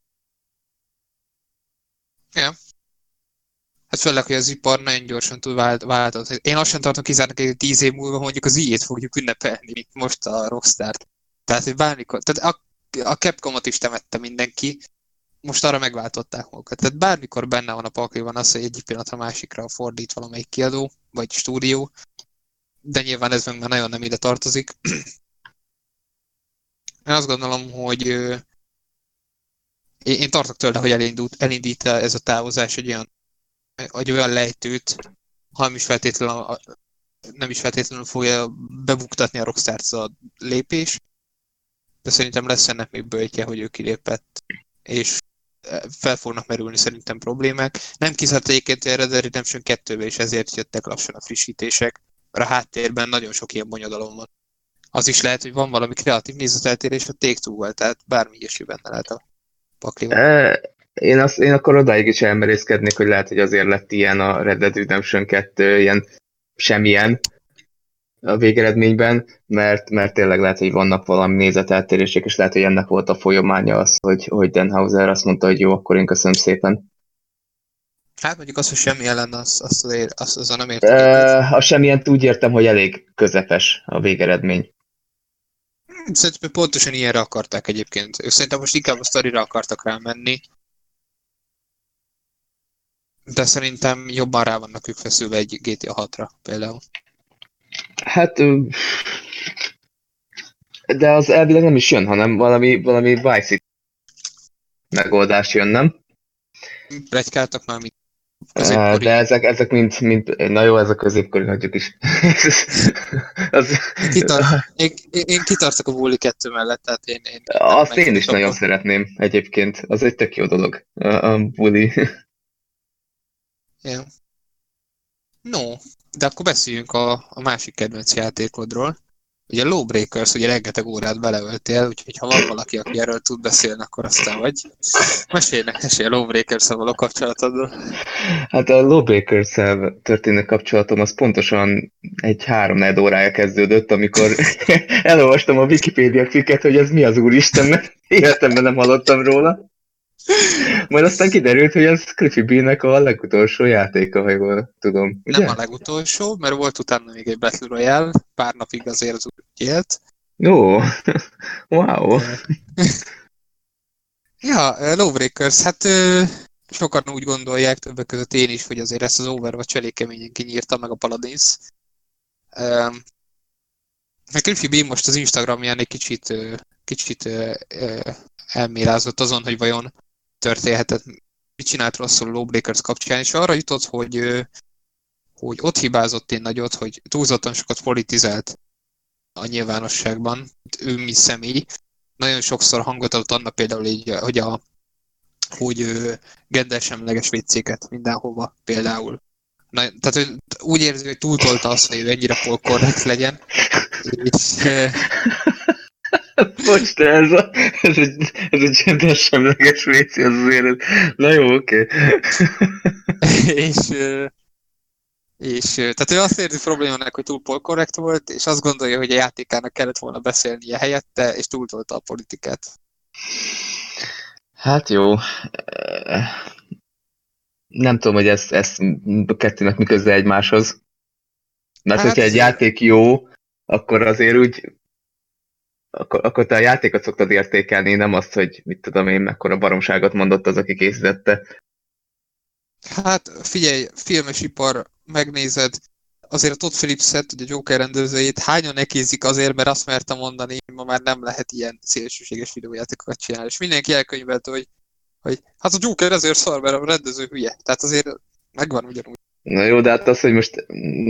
Ja. Hát főleg, hogy az ipar nagyon gyorsan tud változni. Én azt sem tartom kizárnak, hogy 10 év múlva mondjuk az EA-t fogjuk ünnepelni, mint most a Rockstar-t. Tehát, hogy bármikor, tehát a Capcomot is temette mindenki, most arra megváltották magukat. Tehát bármikor benne van a pakliban az, hogy egyik pillanatra másikra fordít valamelyik kiadó, vagy stúdió, de nyilván ez meg már nagyon nem ide tartozik. Én azt gondolom, hogy én tartok tőle, hogy elindít ez a távozás egy olyan lejtőt, ha nem is feltétlenül fogja bebuktatni a Rockstar-t a lépés, de szerintem lesz ennek még böltje, hogy ő kilépett, és fel fognak merülni szerintem problémák. Nem kizárt egyébként a Red Dead Redemption 2-be, és ezért jöttek lassan a frissítések, mert a háttérben nagyon sok ilyen bonyodalom van. Az is lehet, hogy van valami kreatív nézeteltérés a Take-Two-val, tehát bármi ilyesmi benne lehet a paklival. Én akkor odáig is elmerészkednék, hogy lehet, hogy azért lett ilyen a Red Dead Redemption 2, ilyen semmilyen a végeredményben, mert tényleg lehet, hogy vannak valami nézeteltérések, és lehet, hogy ennek volt a folyamánya az, hogy Dan Houser azt mondta, hogy jó, akkor én köszönöm szépen. Hát mondjuk az, hogy semmilyen lenne, azt nem értem. A semmilyen úgy értem, hogy elég közepes a végeredmény. Szerintem pontosan ilyenre akarták egyébként. Szerintem most inkább a sztorira akartak rámenni. De szerintem jobban rá vannak ők feszülve egy GTA 6-ra például. Hát, de az elvileg nem is jön, hanem valami Vice City megoldás jön, nem? Pletykáltak már mint középkori. De ezek mind, na jó, ez a középkori, hagyjuk is. Én kitartok a Bully 2 mellett, tehát én azt én is nagyon szeretném egyébként, az egy tök jó dolog, a Bully. Yeah. No, de akkor beszéljünk a másik kedvenc játékodról. Ugye Lawbreakers, ugye rengeteg órát beleöltél, úgyhogy ha van valaki, aki erről tud beszélni, akkor aztán vagy. Mesélj a Lawbreakers-szel való kapcsolatodról. Hát a Lawbreakers-szel történő kapcsolatom az pontosan egy 3-4 órája kezdődött, amikor elolvastam a Wikipédia cikket, hogy ez mi az úristen, mert életemben nem hallottam róla. Majd aztán kiderült, hogy ez Cliffy B-nek a legutolsó játéka, ha jól tudom. Ugye? Nem a legutolsó, mert volt utána még egy Battle Royale, pár napig azért az úgy élt. Ó, wow. Ja, Lawbreakers, hát sokan úgy gondolják, többek között én is, hogy azért ezt az Overwatch elég keményen kinyírta, meg a Paladins. Cliffy B most az Instagramján egy kicsit elmélázott azon, hogy vajon történhetett, mit csinált rosszul Lawbreakers kapcsán, és arra jutott, hogy ott hibázott én nagyot, hogy túlzottan sokat politizált a nyilvánosságban, ő mi személy. Nagyon sokszor hangot adott annak például így, hogy gendersemleges vécéket mindenhova például tehát ő úgy érzi, hogy túltolta azt, hogy ő ennyire polkorrekt legyen. És, Bocs, de ez egy gender semleges vécé, az azért. Na jó, oké. és, tehát ő azt érzi problémának, hogy túl polkorrekt volt, és azt gondolja, hogy a játékának kellett volna beszélnie helyette, és túltolta a politikát. Hát jó. Nem tudom, hogy ez a kettőnek mi köze egymáshoz. Mert Hát hogyha egy játék jó, akkor azért úgy akkor te a játékot szoktad értékelni, nem azt, hogy mit tudom én, mekkora baromságot mondott az, aki készítette. Hát figyelj, filmes ipar, megnézed, azért a Todd Phillips-et, ugye a Joker rendezőjét, hányan nekézik azért, mert azt merte mondani, hogy ma már nem lehet ilyen szélsőséges videójátékokat csinálni. És mindenki elkönyvelte, hogy hát a Joker ezért szar, mert a rendező hülye. Tehát azért megvan ugyanúgy. Na jó, de hát az, hogy most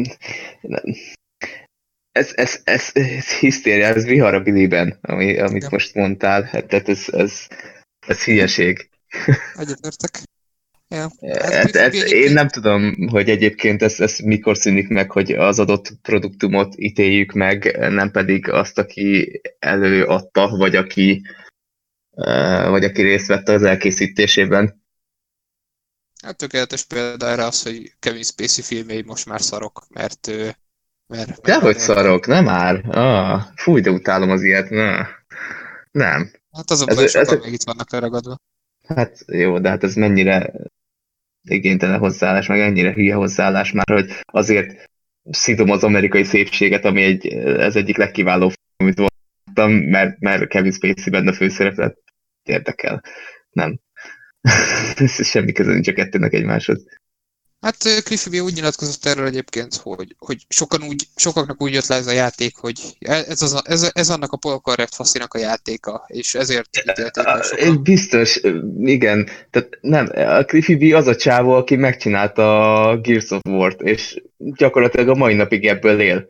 ez hisztéria, ez vihar a biliben, amit most mondtál, hát tehát ez hülyeség. Egyetértek. Ja. Hát én nem tudom, hogy egyébként ez mikor szűnik meg, hogy az adott produktumot ítéljük meg, nem pedig azt, aki előadta, vagy aki részt vett az elkészítésében. Hát tökéletes példa erre az, hogy Kevin Spacey filmjei most már szarok, mert Dehogy szarok, nem már? Fúj, de utálom az ilyet. Nem. Hát azok hogy sokan még itt vannak leragadva. Hát jó, de hát ez mennyire igénytelen hozzáállás, meg ennyire hülye hozzáállás már, hogy azért szidom az amerikai szépséget, ami ez egyik legkiválóbb, amit voltam, mert Kevin Spacey benne főszereplet érdekel. Nem. Ez semmi köze nincs a kettőnek egymáshoz. Hát Cliffy B úgy nyilatkozott erről egyébként, hogy sokaknak úgy jött le ez a játék, hogy ez annak a polkorrekt faszinak a játéka, és ezért ítélték meg sokan. Biztos, igen. Tehát nem, a Cliffy B az a csávó, aki megcsinálta a Gears of War-t, és gyakorlatilag a mai napig ebből él.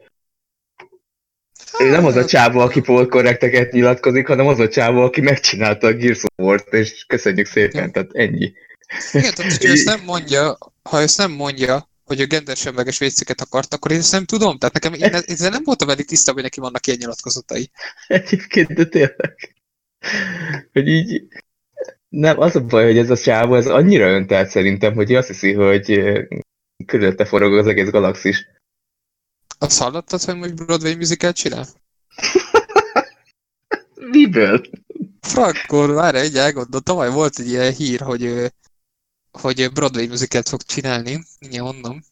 Ő nem az a csávó, aki polkorrekteket nyilatkozik, hanem az a csávó, aki megcsinálta a Gears of War-t, és köszönjük szépen, tehát ennyi. Igen, tehát ha ezt nem mondja, hogy a gendersemleges vécéket akart, akkor én ezt nem tudom. Tehát nekem ezzel nem voltam elég tisztában, hogy neki vannak ilyen nyilatkozatai. Egyébként, de tényleg. Hogy így... Nem, az a baj, hogy ez a csávó, ez annyira öntelt szerintem, hogy azt hiszi, hogy körülötte forog az egész galaxis. Azt hallottad, hogy most Broadway musical csinál? Miből? Frankon, várj, egy elgondoltam, tavaly volt egy ilyen hír, hogy Broadway musicalt fog csinálni, mindjárt mondom.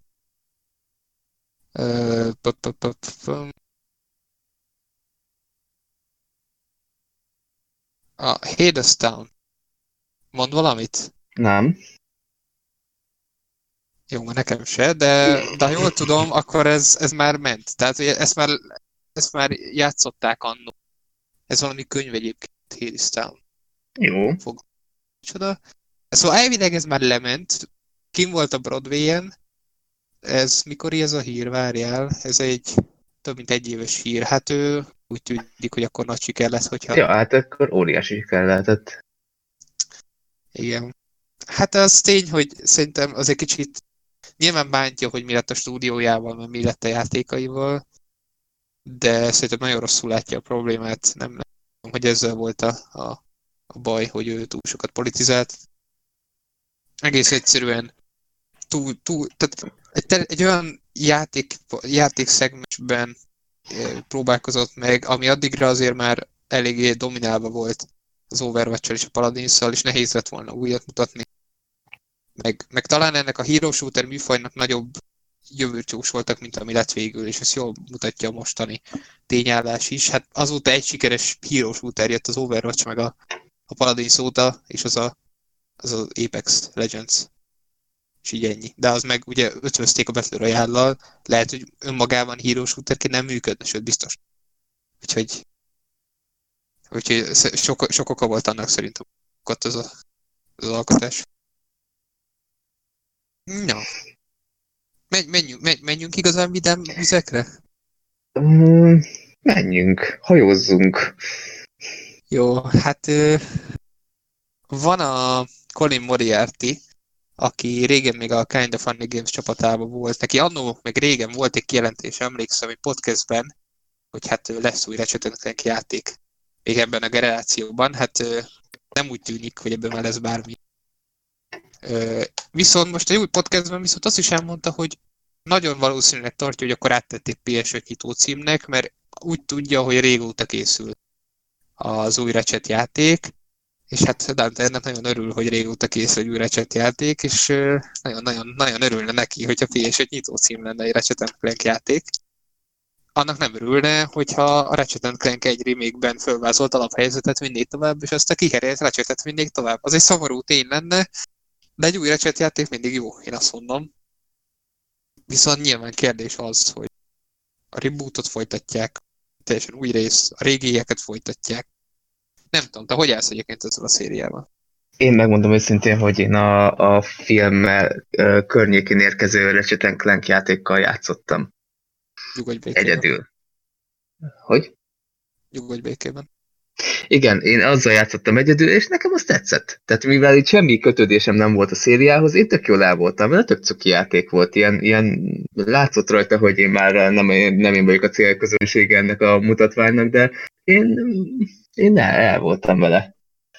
A Hadestown. Mond valamit? Nem. Jó, már nekem se, de ha jól tudom, akkor ez már ment. Tehát ezt már játszották annó. Ez valami könyv egyébként, Hadestown. Jó. Csoda. Szóval elvileg ez már lement. Kim volt a Broadway-en. Ez mikor ez a hír? Várjál. Ez egy több mint egy éves hír. Hát ő úgy tűnik, hogy akkor nagy siker lesz, hogyha... Ja, hát akkor óriási siker lehetett. Igen. Hát az tény, hogy szerintem az egy kicsit nyilván bántja, hogy mi lett a stúdiójával, mert mi lett a játékaival, de szerintem nagyon rosszul látja a problémát. Nem tudom, hogy ezzel volt a baj, hogy ő túl sokat politizált. Egész egyszerűen tehát egy olyan játékszegmensben próbálkozott meg, ami addigra azért már eléggé dominálva volt az Overwatch-sal és a Paladinsszal, és nehéz lett volna újat mutatni. Meg talán ennek a hero shooter műfajnak nagyobb jövőcsús voltak, mint ami lett végül, és ezt jól mutatja a mostani tényállás is. Hát azóta egy sikeres hero shooter jött az Overwatch, meg a Paladins óta, és az Apex Legends. És így ennyi. De az meg ugye ötvözték a Battle Royale-lal, lehet, hogy önmagában hero shooterként nem működne, sőt biztos. Úgyhogy sok oka volt annak szerintem, ott az alkotás. Na. Menjünk igazán vidám vizekre? Menjünk, hajózzunk. Jó, hát van a Colin Moriarty, aki régen még a Kind of Funny Games csapatában volt. Neki annó, meg régen volt egy kijelentés, emlékszem, egy podcastben, hogy hát lesz új Ratchet & Clank játék még ebben a generációban. Hát nem úgy tűnik, hogy ebben már lesz bármi. Viszont most egy új podcastben viszont azt is elmondta, hogy nagyon valószínűleg tartja, hogy akkor áttették PS5 nyitó címnek, mert úgy tudja, hogy régóta készül az új Ratchet játék, és hát Dante ennek nagyon örül, hogy régóta készül egy új Ratchet játék, és nagyon örülne neki, hogyha PS5 nyitó cím lenne egy Ratchet & Clank játék. Annak nem örülne, hogyha a Ratchet & Clank egy remake-ben fölvázolt alaphelyzetet vinnék tovább, és azt a kiherélt Ratchetet vinnék tovább. Az egy szomorú tény lenne, de egy új Ratchet játék mindig jó, én azt mondom. Viszont nyilván kérdés az, hogy a rebootot folytatják, teljesen új rész, a régieket folytatják. Nem tudom, te hogy állsz egyébként ezzel a szériával? Én megmondom őszintén, hogy én a filmmel környékén érkező Ratchet & Clank játékkal játszottam. Nyugodj békében. Egyedül. Hogy? Nyugodj békében. Igen, én azzal játszottam egyedül, és nekem az tetszett. Tehát mivel itt semmi kötődésem nem volt a szériához, én tök jól el voltam, mert tök cuki játék volt. Ilyen látszott rajta, hogy én már nem én vagyok a célközönsége ennek a mutatványnak, de én el voltam vele.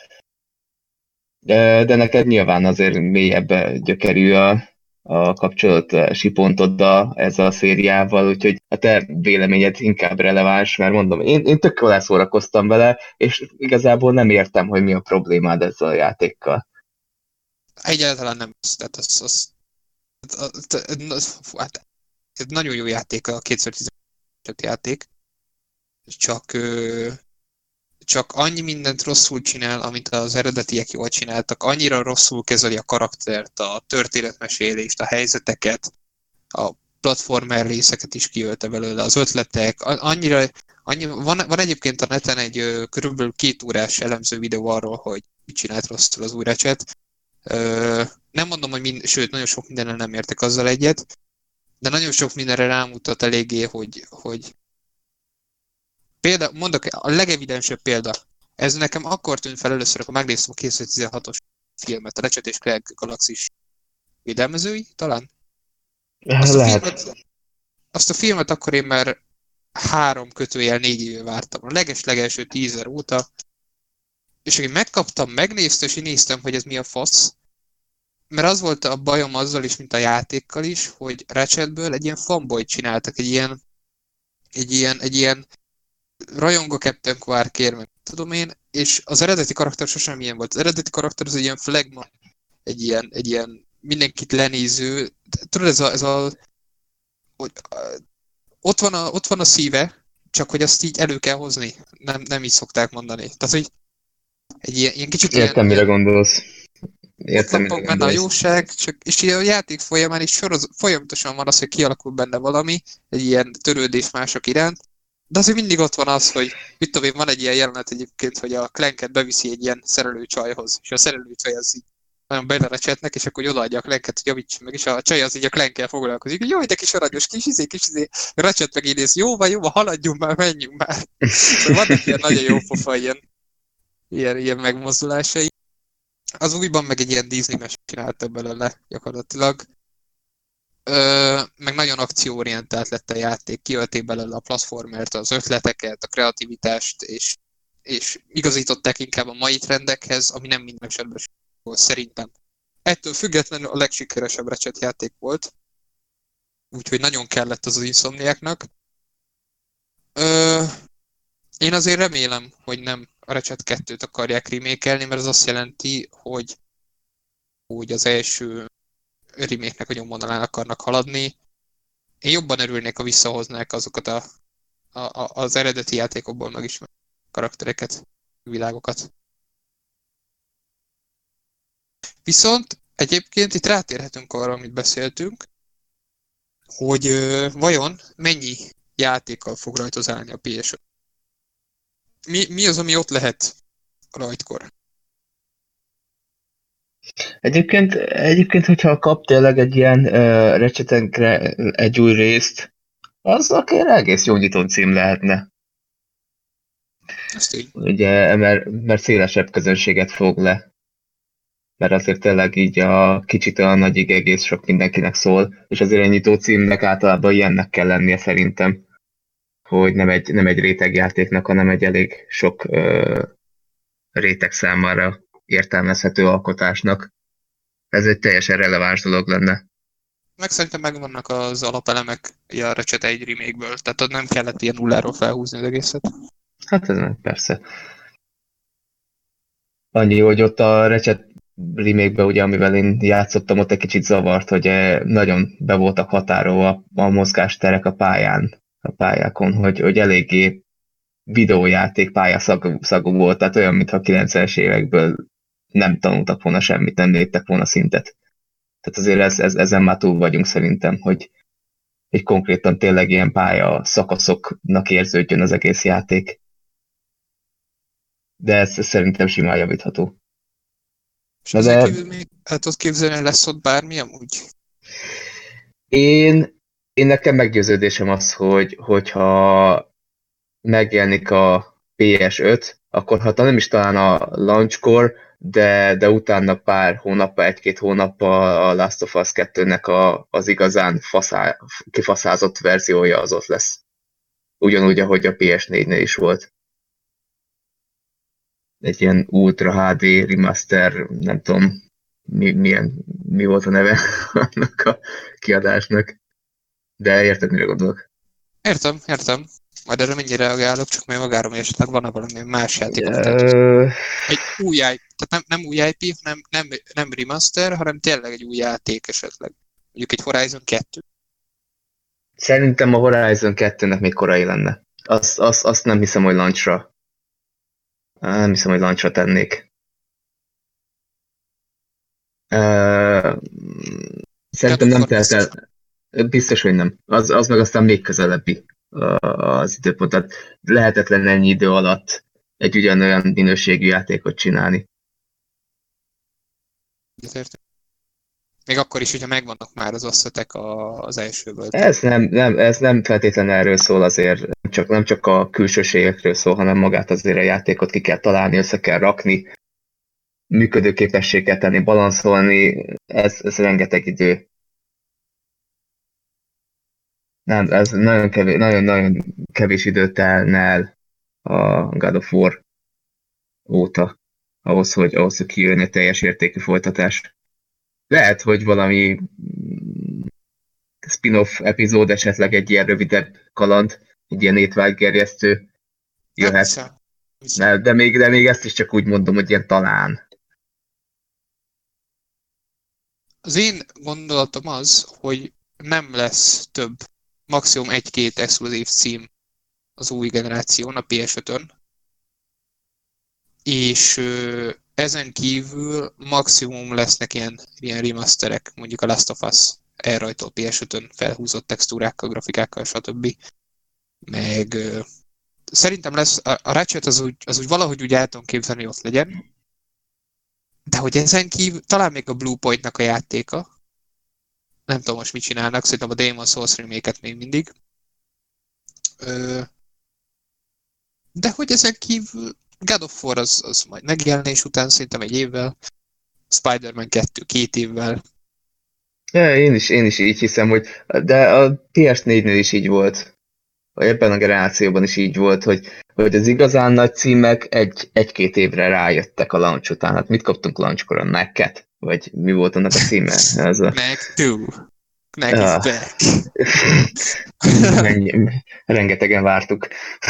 De neked nyilván azért mélyebb gyökerű a kapcsolatási pontod ezzel a szériával, úgyhogy a te véleményed inkább releváns, mert mondom, én tök jól elszórakoztam vele, és igazából nem értem, hogy mi a problémád ezzel a játékkal. Egyáltalán nem. Tehát hát, ez nagyon jó játék a 2015 játék, csak annyi mindent rosszul csinál, amit az eredetiek jól csináltak, annyira rosszul kezeli a karaktert, a történetmesélést, a helyzeteket, a platformer részeket is kiölte belőle, az ötletek, van egyébként a neten egy körülbelül 2 órás elemző videó arról, hogy mit csinált rosszul az új Ratchet. Nem mondom, hogy sőt, nagyon sok mindennel nem értek azzal egyet, de nagyon sok mindenre rámutat eléggé, hogy mondok, a legevidensebb példa. Ez nekem akkor tűnt fel először, akkor megnéztem a 2016-os filmet, a Ratchet és Clank Galaxis védelmezői, talán? Azt a filmet akkor én már 3/4 éve vártam. A leges-legelső teaser óta. És én megkaptam, megnéztem, és én néztem, hogy ez mi a fasz. Mert az volt a bajom azzal is, mint a játékkal is, hogy Ratchetből egy ilyen fanboyt csináltak, egy ilyen rajongó Captain Quark-ért, meg tudom én, és az eredeti karakter sosem ilyen volt. Az eredeti karakter az egy ilyen flagma, egy ilyen mindenkit lenéző, tudod, hogy ott van a szíve, csak hogy azt így elő kell hozni. Nem így szokták mondani. Tehát, hogy egy ilyen kicsit Értem, mire gondolsz. Értem, ott benne a jóság, és a játék folyamán is folyamatosan van az, hogy kialakul benne valami, egy ilyen törődés mások iránt, de azért mindig ott van az, hogy mit tudom én, van egy ilyen jelenet egyébként, hogy a Clanket beviszi egy ilyen szerelőcsajhoz, és a szerelőcsaj az így nagyon belerecsetnek, és akkor odaadja a Clanket, hogy javítson meg, és a csaj az így a Clankkel foglalkozik, hogy jaj, de kis aranyos, kis Ratchet meg idéz, jó, haladjunk már, menjünk már. Szóval vannak ilyen nagyon jó pofa, ilyen megmozdulásai. Az újban meg egy ilyen Disney-mes csinálta belőle gyakorlatilag. Meg nagyon akcióorientált lett a játék, kiölték belőle a platformert, az ötleteket, a kreativitást, és igazították inkább a mai trendekhez, ami nem minden esetben volt szerintem. Ettől függetlenül a legsikeresebb Ratchet játék volt, úgyhogy nagyon kellett az Insomniáknak. Én azért remélem, hogy nem a Ratchet 2-t akarják remake-elni, mert az azt jelenti, hogy az első remake-nek a nyomvonalán akarnak haladni. Én jobban örülnék, ha visszahoznák azokat az eredeti játékokból megismert karaktereket, világokat. Viszont egyébként itt rátérhetünk arra, amit beszéltünk, hogy vajon mennyi játékkal fog rajtozálni a PS5. Mi az, ami ott lehet rajtkor? Egyébként, hogyha kap tényleg egy ilyen Ratchetenkre egy új részt, az akár egész jó nyitó cím lehetne. Ezt így. Ugye, mert szélesebb közönséget fog le. mert azért tényleg így a kicsit olyan nagyig egész sok mindenkinek szól, és azért egy nyitó címnek általában ilyennek kell lennie szerintem, hogy nem egy rétegjátéknak, hanem egy elég sok réteg számára értelmezhető alkotásnak. Ez egy teljesen releváns dolog lenne. Meg szerintem megvannak az alapelemek a Ratchet 1 remake-ből, tehát ott nem kellett ilyen nulláról felhúzni az egészet. Hát ez meg persze. Annyi, hogy ott a Ratchet remake-ben, ugye, amivel én játszottam, ott egy kicsit zavart, hogy nagyon be voltak határolva a mozgásterek a pályákon, hogy eléggé videójáték pályaszagú volt, tehát olyan, mintha a 90-es évekből nem tanultak volna semmit, nem léptek volna szintet. Tehát azért ezen már túl vagyunk szerintem, hogy konkrétan tényleg ilyen pálya szakaszoknak érződjön az egész játék. De ez szerintem simán javítható. És ezen kívül még hát ott képzelni, lesz ott bármi amúgy? Én nekem meggyőződésem az, hogyha megjelenik a PS5, akkor ha nem is talán a launchkor, de utána pár hónappal, egy-két hónappal a Last of Us 2-nek az igazán kifaszázott verziója az ott lesz. Ugyanúgy, ahogy a PS4-nél is volt. Egy ilyen Ultra HD remaster, nem tudom, mi volt a neve annak a kiadásnak. De érted, mire gondolok? Értem. Majd erre mennyire reagálok, csak majd magára, hogy esetleg van-e valami más játék, amit egy új IP, tehát nem új IP, hanem nem remaster, hanem tényleg egy új játék esetleg. Mondjuk egy Horizon 2. Szerintem a Horizon 2-nek még korai lenne. Azt nem hiszem, hogy launchra. Nem hiszem, hogy launchra tennék. Szerintem nem telt el. Biztos, hogy nem. Az meg aztán még közelebbi az időpont. Tehát lehetetlen ennyi idő alatt egy ugyanolyan minőségű játékot csinálni. Értem. Még akkor is, hogyha megvannak már az asszetek az elsőből. Ez nem feltétlenül erről szól azért, nem csak a külsőségekről szól, hanem magát azért a játékot ki kell találni, össze kell rakni, működőképessé kell tenni, balanszolni, ez rengeteg idő. Nem, ez nagyon kevés időt telne el a God of War óta, ahhoz, hogy kijön egy teljes értékű folytatás. Lehet, hogy valami spin-off epizód, esetleg egy ilyen rövidebb kaland, egy ilyen étvágygerjesztő jöhet. De még ezt is csak úgy mondom, hogy ilyen talán. Az én gondolatom az, hogy nem lesz több, maximum 1-2 exkluzív cím az új generáción, a PS5-ön. És ezen kívül maximum lesznek ilyen remasterek, mondjuk a Last of Us elrajtól PS5-ön felhúzott textúrákkal, grafikákkal, stb. Meg szerintem lesz, a Ratchet az úgy valahogy úgy el tudom képzelni, hogy ott legyen. De hogy ezen kívül, talán még a Bluepoint-nak a játéka, nem tudom most mit csinálnak, szerintem a Demon's Souls remake-et még mindig. De hogy ezen kívül God of War az majd megjelenés után szerintem egy évvel, Spider-Man 2 évvel. Ja, én is így hiszem, de a PS4-nél is így volt. Vagy ebben a generációban is így volt, hogy az igazán nagy címek egy-két évre rájöttek a launch után. Hát mit kaptunk launchkor? A Knack-et? Vagy mi volt annak a címe? Knack 2. Knack is back. Rengetegen vártuk.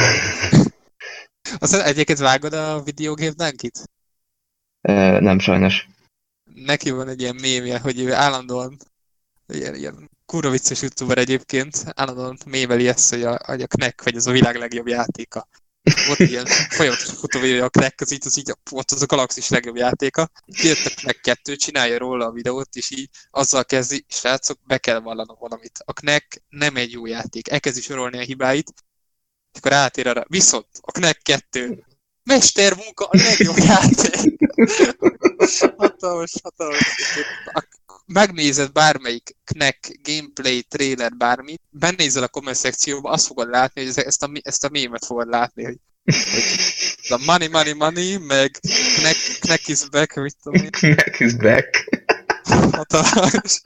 Aztán egyébként vágod a Videogame Dunkit? Nem sajnos. Neki van egy ilyen mémje, hogy ő állandóan ilyen kurva vicces youtuber egyébként, állandóan mémeli ezt, hogy a Knack, hogy ez a világ legjobb játéka. Volt ilyen folyamatos futóvédő, a Knack, az így volt az a galaxis legjobb játéka. Kijött a Knack 2, csinálja róla a videót, és így azzal kezdi, srácok, be kell vallanom valamit. A Knack nem egy jó játék, elkezdi sorolni a hibáit, és akkor átér arra. Viszont a Knack 2 mestermunka, a legjobb játék. Hatalmas. Megnézed bármelyik Knack gameplay, trailer, bármit, benézel a komment szekcióba, azt fogod látni, hogy ezt a mémet fogod látni, hogy a money, money, money, meg Knack is back, mit tudom én. Knack is back. Hatalmas.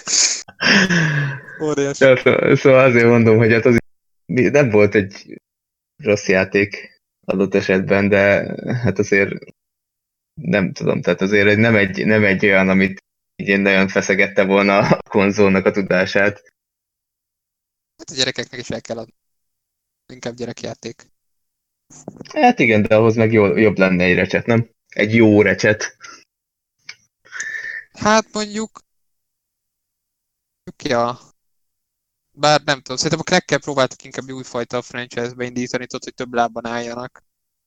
Óriási. Ja, szóval azért mondom, hogy hát az nem volt egy rossz játék adott esetben, de hát azért nem tudom, tehát azért nem egy olyan, amit így én nagyon feszegette volna a konzolnak a tudását. Hát a gyerekeknek is el kell adni. Inkább gyerekjáték. Hát igen, de ahhoz meg jobb lenne egy recset, nem? Egy jó recset. Hát mondjuk... Ja. Bár nem tudom, szerintem a Crackkel próbáltak inkább újfajta franchise-be indítani, tudod, hogy több lábban álljanak.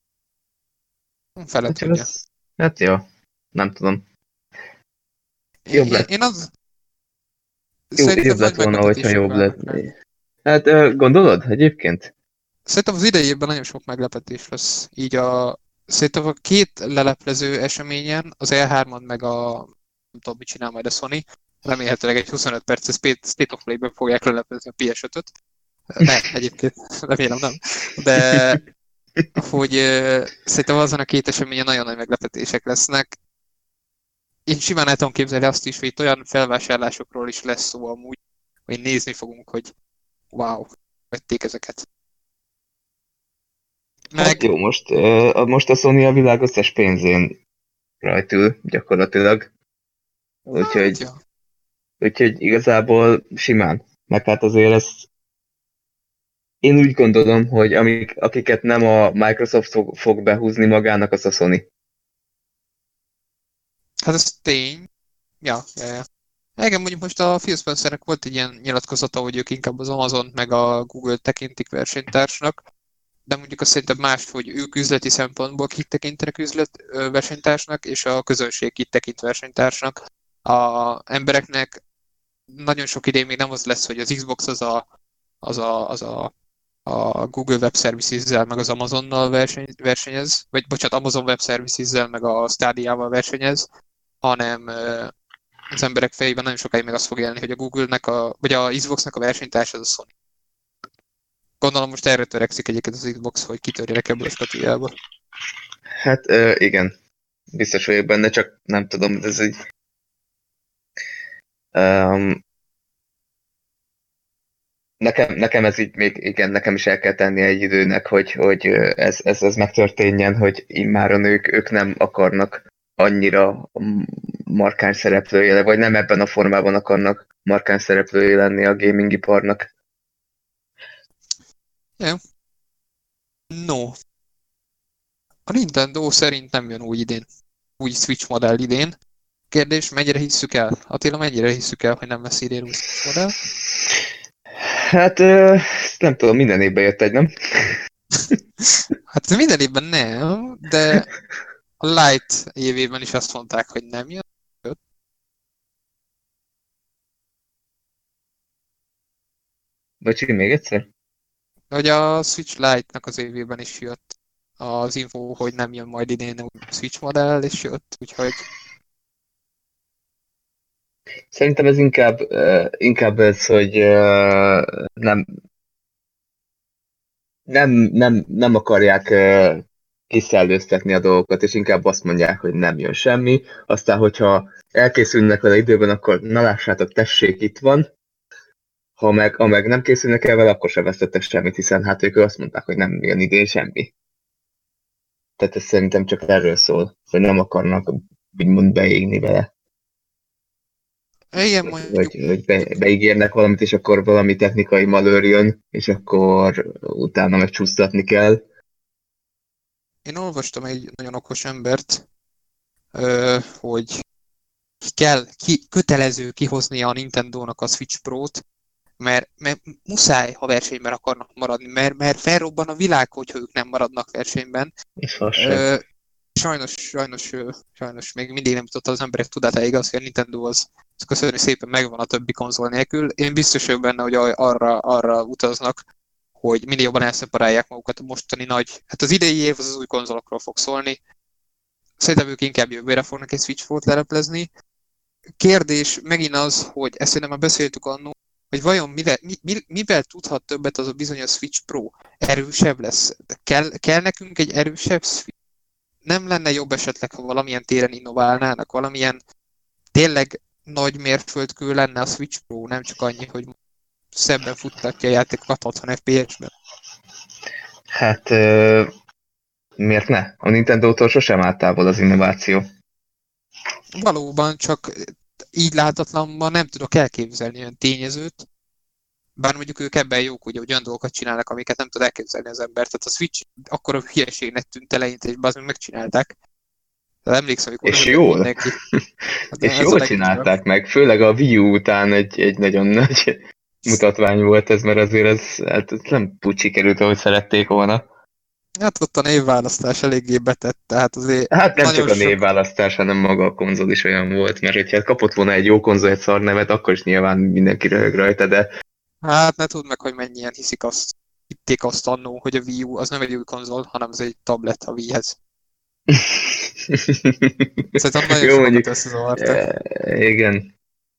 Fele tudja. Hát jó, nem tudom. Jobb lett. Én az... Jobb lett volna, hogyha jobb lett. Hát gondolod egyébként? Szerintem az idei évben nagyon sok meglepetés lesz. Így szerintem a két leleplező eseményen, az E3-on meg nem tudom, mit csinál majd a Sony, remélhetőleg egy 25 perces State of Play-ben fogják leleplezni a PS5-öt. Nem, egyébként, remélem nem. De hogy szerintem azon a két eseményen nagyon nagy meglepetések lesznek. Én simán el tudom képzelni azt is, hogy itt olyan felvásárlásokról is lesz szó amúgy, hogy nézni fogunk, hogy wow, vették ezeket. Hát jó, most a Sony a világ összes pénzén rajtul gyakorlatilag. Úgyhogy igazából simán. Meg hát azért én úgy gondolom, hogy akiket nem a Microsoft fog behúzni magának, az a Sony. Hát ez tény. Ja. Igen, mondjuk most a Phil Spencernek volt egy ilyen nyilatkozata, hogy ők inkább az Amazont meg a Google tekintik versenytársnak, de mondjuk azt szerintem más, hogy ők üzleti szempontból kit tekintenek versenytársnak, és a közönség kit tekint versenytársnak. A embereknek nagyon sok idén még nem az lesz, hogy az Xbox a Google Web Services-zel meg az Amazonnal versenyez, vagy bocsánat, Amazon Web Services-zel meg a Stadia-val versenyez, hanem az emberek fejében nagyon sokáig meg azt fog élni, hogy a Google-nek vagy a Xbox-nak a versenytárs az a Sony. Gondolom most erre törekszik egyébként az Xbox, hogy kitörjenek ebből a skatujába. Hát igen, biztos vagyok benne, csak nem tudom, ez egy... Nekem ez így még, igen, nekem is el kell tenni egy időnek, hogy ez megtörténjen, hogy immáron ők nem akarnak annyira markáns szereplője, vagy nem ebben a formában akarnak markáns szereplője lenni a gamingiparnak. Yeah. No. A Nintendo szerint nem jön új idén. Új Switch modell idén. Kérdés, mennyire hisszük el? Attila, mennyire hisszük el, hogy nem lesz idén új Switch modell? Hát nem tudom, minden évben jött egy, nem? Hát minden évben nem, de a Lite évében is azt mondták, hogy nem jön. Bocsi, még egyszer? Hogy a Switch Lite-nak az évében is jött az info, hogy nem jön majd idén új Switch modell, és jött, úgyhogy... Szerintem ez inkább ez, hogy nem akarják kiszellőztetni a dolgokat, és inkább azt mondják, hogy nem jön semmi. Aztán, hogyha elkészülnek vele időben, akkor na lássátok, tessék, itt van. Ha meg nem készülnek el vele, akkor se vesztettek semmit, hiszen hát ők azt mondták, hogy nem jön idén semmi. Tehát ez szerintem csak erről szól, hogy nem akarnak úgymond beégni vele. Igen, mondjuk... Hogy beígérnek valamit, és akkor valami technikai malőr jön, és akkor utána megcsúsztatni kell. Én olvastam egy nagyon okos embert, hogy kötelező kihozni a Nintendo-nak a Switch Pro-t, mert muszáj, ha versenyben akarnak maradni, mert felrobban a világ, hogyha ők nem maradnak versenyben. Sajnos még mindig nem jutott az emberek tudatáig az, hogy a Nintendo az köszönjük szépen megvan a többi konzol nélkül. Én biztos vagyok benne, hogy arra utaznak, hogy minél jobban elszeparálják magukat a mostani nagy... Hát az idei év az új konzolokról fog szólni. Szerintem ők inkább jövőre fognak egy Switch Pro-t leleplezni. Kérdés megint az, hogy ezt nem már beszéltük annól, hogy vajon mivel tudhat többet az a bizonyos Switch Pro? Erősebb lesz? De kell nekünk egy erősebb Switch? Nem lenne jobb esetleg, ha valamilyen téren innoválnának, valamilyen tényleg nagy mérföldkő lenne a Switch Pro, nem csak annyi, hogy szebben futtatja a játékokat 60 FPS-ben. Hát miért ne? A Nintendo-tól sosem állt távol az innováció. Valóban, csak így látatlanban nem tudok elképzelni olyan tényezőt, bár mondjuk ők ebben jók, ugye, hogy olyan dolgokat csinálnak, amiket nem tud elképzelni az ember. Tehát a Switch akkora hülyeségnek tűnt eleinte, és bazd meg megcsinálták. Tehát emlékszem, amikor és jól. mindenki. És jól csinálták meg, főleg a Wii U után egy nagyon nagy mutatvány volt ez, mert azért ez nem úgy sikerült, ahogy szerették volna. Hát ott a névválasztás eléggé betett, tehát azért... Hát nem csak a névválasztás, hanem maga a konzol is olyan volt, mert hogyha kapott volna egy jó konzol, egy szar nevet, akkor is nyilván mindenki röhög rajta, de... Hát ne tudd meg, hogy mennyien hitték azt annó, hogy a Wii U az nem egy új konzol, hanem az egy tablet a Wii-hez. Szerintem nagyon jó, sokat összezavartak. Igen.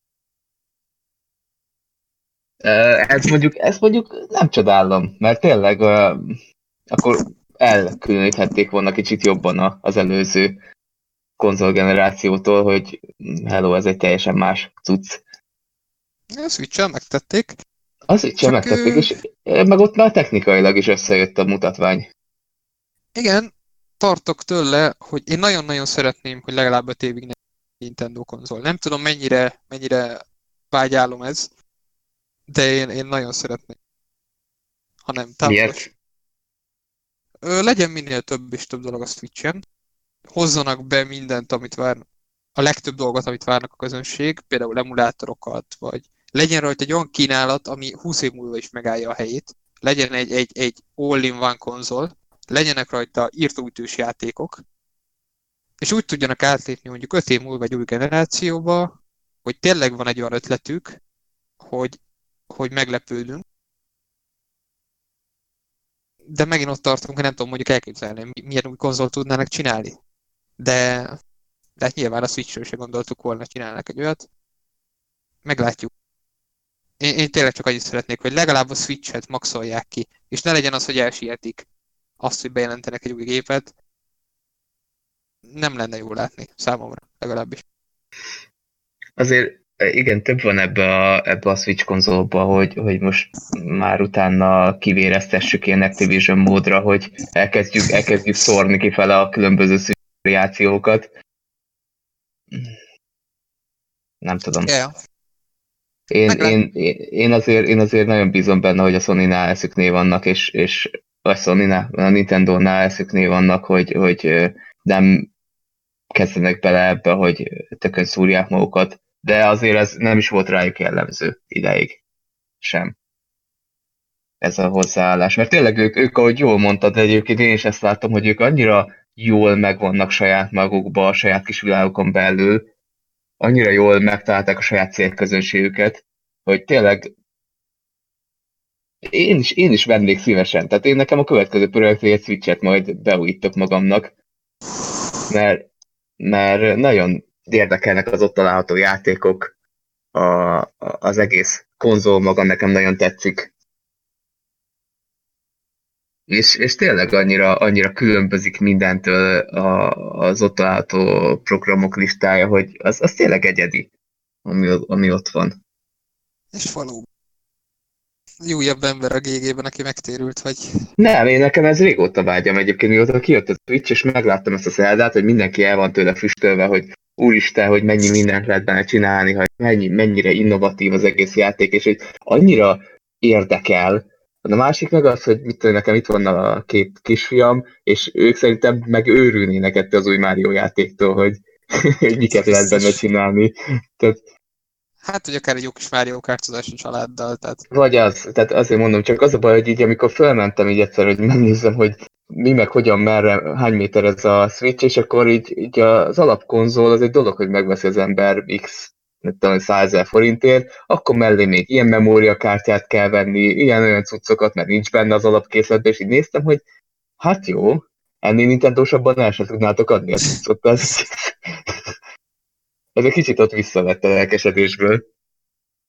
Ezt mondjuk nem csodálom, mert tényleg akkor elkülöníthették volna kicsit jobban az előző konzolgenerációtól, hogy hello, ez egy teljesen más cucc. A Switch-el megtették. A Switch-el megtették, és meg ott már technikailag is összejött a mutatvány. Igen, tartok tőle, hogy én nagyon-nagyon szeretném, hogy legalább 5 évig Nintendo konzol. Nem tudom, mennyire vágyálom ez, de én nagyon szeretném. Ha nem, miért? Legyen minél több és több dolog a Switch-en. Hozzanak be mindent, amit várnak. A legtöbb dolgot, amit várnak a közönség, például emulátorokat, vagy legyen rajta egy olyan kínálat, ami 20 év múlva is megállja a helyét. Legyen egy all-in-one konzol, legyenek rajta írtóütős játékok, és úgy tudjanak átlépni mondjuk 5 év múlva egy új generációba, hogy tényleg van egy olyan ötletük, hogy meglepődünk. De megint ott tartunk, hogy nem tudom mondjuk elképzelni, milyen új konzolt tudnának csinálni. De hát nyilván a Switchről se gondoltuk volna, csinálnak egy olyat. Meglátjuk. Én tényleg csak annyit szeretnék, hogy legalább a Switch-et maxolják ki, és ne legyen az, hogy elsietik azt, hogy bejelentenek egy új gépet. Nem lenne jól látni, számomra legalábbis. Azért igen, több van ebbe a Switch konzolba, hogy most már utána kivéreztessük ilyen Activision módra, hogy elkezdjük szórni kifele a különböző variációkat. Nem tudom. Yeah. Én azért nagyon bízom benne, hogy a Sony-nál eszüknél vannak, és a Sony-nál, a Nintendo-nál eszüknél vannak, hogy nem kezdenek bele ebbe, hogy tökön szúrják magukat, de azért ez nem is volt rájuk jellemző ideig sem. Ez a hozzáállás. Mert tényleg ők ahogy jól mondtad, egyébként én is ezt látom, hogy ők annyira jól megvannak saját magukba, a saját kis világukon belül, annyira jól megtalálták a saját célközönségüket, hogy tényleg én is vennék szívesen. Tehát én nekem a következő projekt, egy Switch-et majd beújítok magamnak, mert nagyon érdekelnek az ott található játékok, az egész konzol maga nekem nagyon tetszik. És tényleg annyira különbözik mindentől az ott található programok listája, hogy az tényleg egyedi, ami ott van. És valóban. Újabb ember a GG-ben, aki megtérült, vagy... Nem, nekem ez régóta vágyam egyébként, mióta kijött a Twitch, és megláttam ezt a Zeldát, hogy mindenki el van tőle füstölve, hogy úristen, hogy mennyi mindent lehet benne csinálni, hogy mennyire innovatív az egész játék, és hogy annyira érdekel. A másik meg az, hogy mit tudom, nekem itt van a két kisfiam, és ők szerintem meg őrülnének ettől az új Mario játéktól, hogy miket lehet benne csinálni. Tehát, hát, hogy akár egy jó kis Mario kártyázás a családdal, tehát... Vagy az, tehát azért mondom, csak az a baj, hogy így amikor felmentem így egyszer, hogy megnézzem, hogy mi meg hogyan, merre, hány méter ez a Switch, és akkor így az alapkonzol az egy dolog, hogy megveszi az ember X, nem tudom, 100 000 forintért, akkor mellé még ilyen memóriakártyát kell venni, ilyen-olyan cuccokat, mert nincs benne az alapkészletben, és így néztem, hogy hát jó, ennél Nintendo-sabban el sem tudnátok adni a cuccot, ez egy kicsit ott visszavett a lelkesedésből.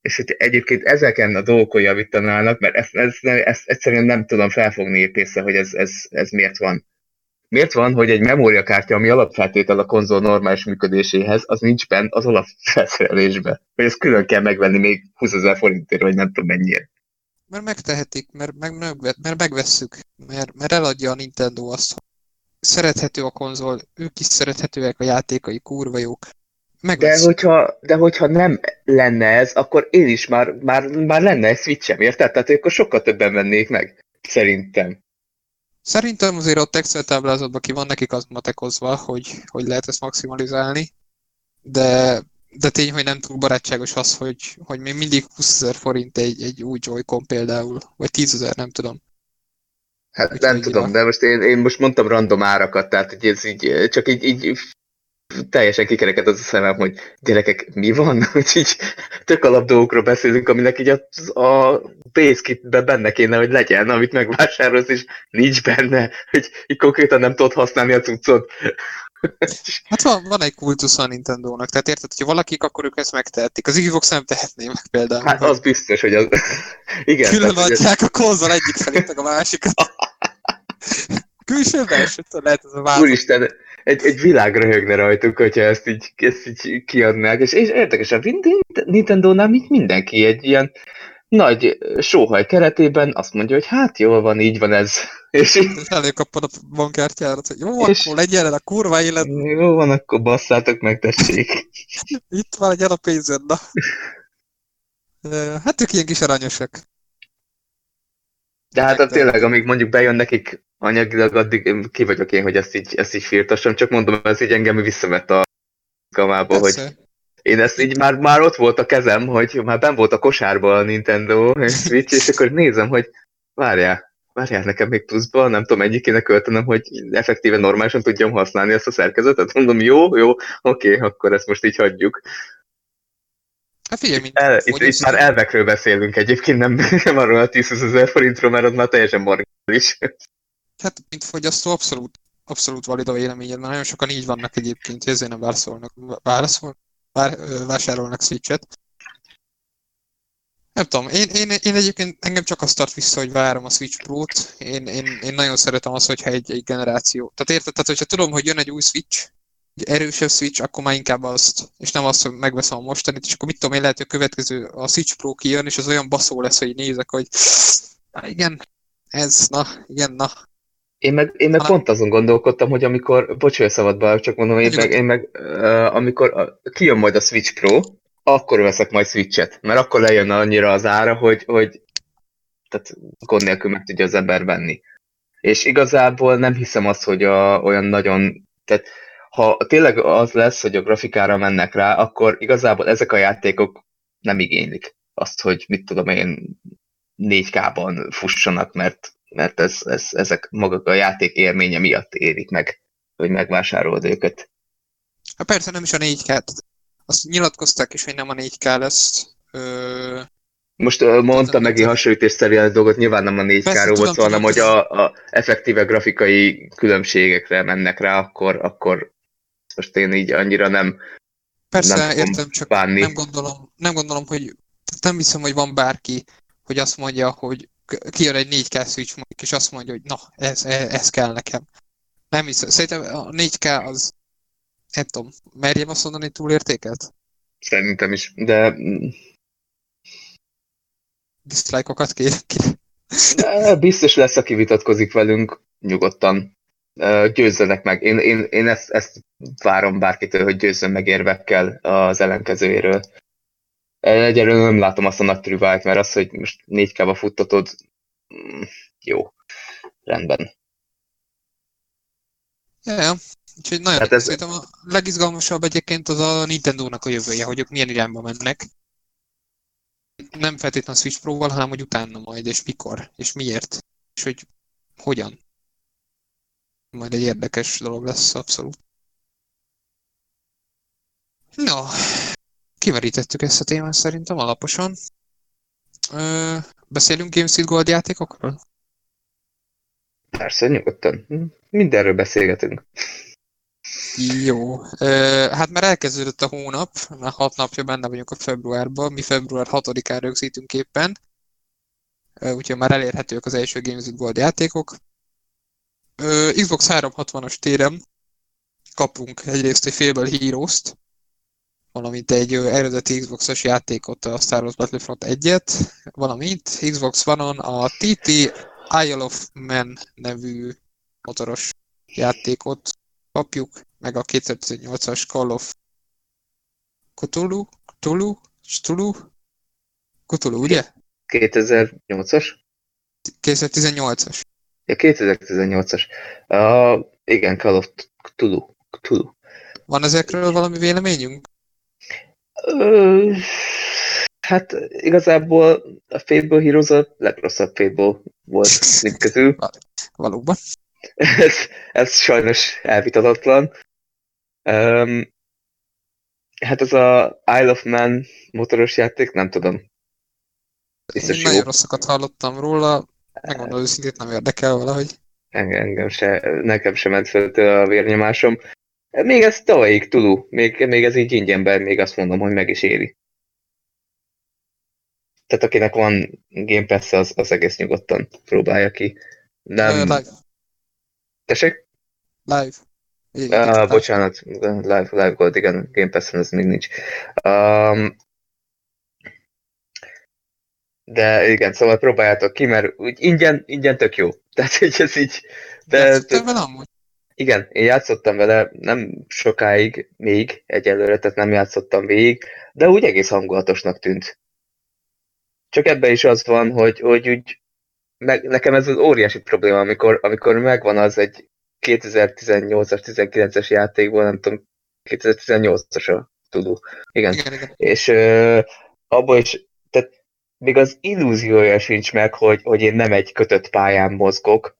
és hogy egyébként ezeken a dolgokon javítanának, mert ezt egyszerűen nem tudom felfogni épp észre, hogy ez miért van. Miért van, hogy egy memóriakártya, ami alapfeltétel a konzol normális működéséhez, az nincs bent az alapfelszerelésbe? Hogy ezt külön kell megvenni még 20 000 forintért, vagy nem tudom mennyire. Mert megtehetik, mert megvesszük, mert eladja a Nintendo azt, hogy szerethető a konzol, ők is szerethetőek, a játékai kurva jók. De hogyha nem lenne ez, akkor én is már lenne egy Switch-em, érted? Tehát akkor sokkal többen vennék meg. Szerintem. Szerintem azért ott Excel táblázatban ki van nekik az matekozva, hogy lehet ezt maximalizálni, de tény, hogy nem túl barátságos az, hogy még mindig 20 000 forint egy új Joy-Con például, vagy 10 000, nem tudom. Hát Úgyhogy nem tudom, de most én most mondtam random árakat, tehát hogy ez így, csak így teljesen kikerekedett az a szemem, hogy gyerekek, mi van? Hogy így tök alap dolgokról beszélünk, aminek így a base kitben benne kéne, hogy legyen, amit megvásárolsz, és nincs benne, hogy így konkrétan nem tudod használni a cuccot. Hát van egy kultusz a Nintendónak, tehát érted, hogyha valakik, akkor ők ezt megtehetik. Az Xbox nem tehetné meg például. Hát az biztos, hogy az... Igen. Külön adják a konzol egyik felét, meg a másikat. Külső belsőtől lehet ez a változat. Úristen, egy világ röhögne rajtunk, hogyha ezt így kiadnák, és érdekes, a Nintendo-nál mindenki egy ilyen nagy sóhaj keretében azt mondja, hogy hát jól van, így van ez. És előkapod a bankkártyárat, hogy jó, akkor legyen el a kurva élet. Jó van, akkor basszátok meg, tessék. Itt van, legyen a pénzed, na. Hát ők ilyen kis aranyosak. De hát tényleg, amíg mondjuk bejön nekik anyagilag, addig ki vagyok én, hogy ezt így firtassam, csak mondom, ez így engem visszavett a kamába, hogy én ezt így már ott volt a kezem, hogy már benn volt a kosárban a Nintendo Switch, és akkor nézem, hogy várjál nekem még pluszban, nem tudom, mennyi kéne költenem, hogy effektíven normálisan tudjam használni ezt a szerkezetet. Mondom, jó, oké, akkor ezt most így hagyjuk. Hát figyelj, itt már elvekről beszélünk egyébként, nem arról a 10 000 forintról, mert az már teljesen marginális. Hát, mint fogyasztó, abszolút valid a véleményed, mert nagyon sokan így vannak egyébként, hogy ezért nem vásárolnak Switch-et. Nem tudom, én egyébként engem csak azt tart vissza, hogy várom a Switch Pro-t. Én nagyon szeretem azt, hogyha egy generáció. Tehát érted, tehát hogyha tudom, hogy jön egy új Switch, egy erősebb Switch, akkor már inkább azt, és nem azt, hogy megveszem a mostanit, és akkor mit tudom én, lehet, hogy a következő, a Switch Pro kijön, és az olyan baszó lesz, hogy nézek, hogy igen, Én meg pont azon gondolkodtam, hogy amikor, bocs, hogy szabadba, csak mondom, amikor kijön majd a Switch Pro, akkor veszek majd Switch-et, mert akkor lejön annyira az ára, hogy tehát gond nélkül meg tudja az ember venni. És igazából nem hiszem azt, hogy olyan nagyon, tehát ha tényleg az lesz, hogy a grafikára mennek rá, akkor igazából ezek a játékok nem igénylik azt, hogy mit tudom én 4K-ban fussanak, mert ezek maguk a játék élménye miatt érik meg, hogy megvásárolod őket. Hát persze nem is a 4K, azt nyilatkozták is, hogy nem a 4K lesz. Most mondta meg egy hasonlítésszerűen dolgot, nyilván nem a 4K-ról volt szó, hanem hogy a effektíve grafikai különbségekre mennek rá, akkor most én így annyira nem. Persze, nem értem, csak bánni. Nem gondolom, hogy nem hiszem, hogy van bárki, hogy azt mondja, hogy kijön egy 4K Switch mondjuk, és azt mondja, hogy na, ez kell nekem. Nem hiszem. Szerintem a 4K az, nem tudom, merjem azt mondani, túlértékelt? Szerintem is, de... Dislike-okat kérek ki. Biztos lesz, aki vitatkozik velünk, nyugodtan. Győzzenek meg. Én ezt várom bárkitől, hogy győzzön meg érvekkel az ellenkezőjéről. Egyelőre nem látom azt a nagy trüvájt, mert az, hogy most 4K-ba futtatod, jó, rendben. Ja, úgyhogy nagyon hát szerintem a legizgalmasabb egyébként az a Nintendo-nak a jövője, hogy ők milyen irányba mennek. Nem feltétlenül Switch Pro-val, hanem hogy utána majd, és mikor, és miért, és hogy hogyan. Majd egy érdekes dolog lesz, abszolút. No, kimerítettük ezt a témát szerintem alaposan. Beszélünk Games with Gold játékokról? Persze, nyugodtan. Mindenről beszélgetünk. Jó. Hát már elkezdődött a hónap, már 6 napja benne vagyunk a februárban, mi február 6-án rögzítünk éppen, úgyhogy már elérhetők az első Games with Gold játékok. Xbox 360-as téren kapunk egyrészt egy Fable Heroes-t, valamint egy eredeti Xbox-os játékot, a Star Wars Battlefront 1-et, valamint Xbox One-on a TT Isle of Man nevű motoros játékot kapjuk, meg a 2018-as Call of Cthulhu, ugye? 2008-as? 2018-as. Ja, 2018-as. Igen, Call of Cthulhu. Van ezekről valami véleményünk? Hát igazából a Fable Heroes a legrosszabb Fable volt mindközül. Valóban. Ez sajnos elvitathatlan. Hát ez a Isle of Man motoros játék, nem tudom. Biztos Én jó. nagyon rosszakat hallottam róla, megmondom őszintén, nem érdekel valahogy. Nekem sem ment fel a vérnyomásom. Még ez tavalyig Tulu, még ez így ingyenben, még azt mondom, hogy meg is éri. Tehát akinek van Game Pass, az egész nyugodtan próbálja ki. Nem... Live. Tessék? Live. Bocsánat, Live Gold, igen, Game Pass-en ez még nincs. De igen, szóval próbáljátok ki, mert úgy ingyen tök jó. Tehát, hogy ez így... Játszottam vele amúgy? Igen, én játszottam vele nem sokáig még egyelőre, tehát nem játszottam végig, de úgy egész hangulatosnak tűnt. Csak ebben is az van, hogy úgy nekem ez az óriási probléma, amikor megvan az egy 2018-as, 19-es játékból, nem tudom, 2018-as a Tudó. Igen. És abból is, tehát még az illúziója sincs meg, hogy én nem egy kötött pályán mozgok.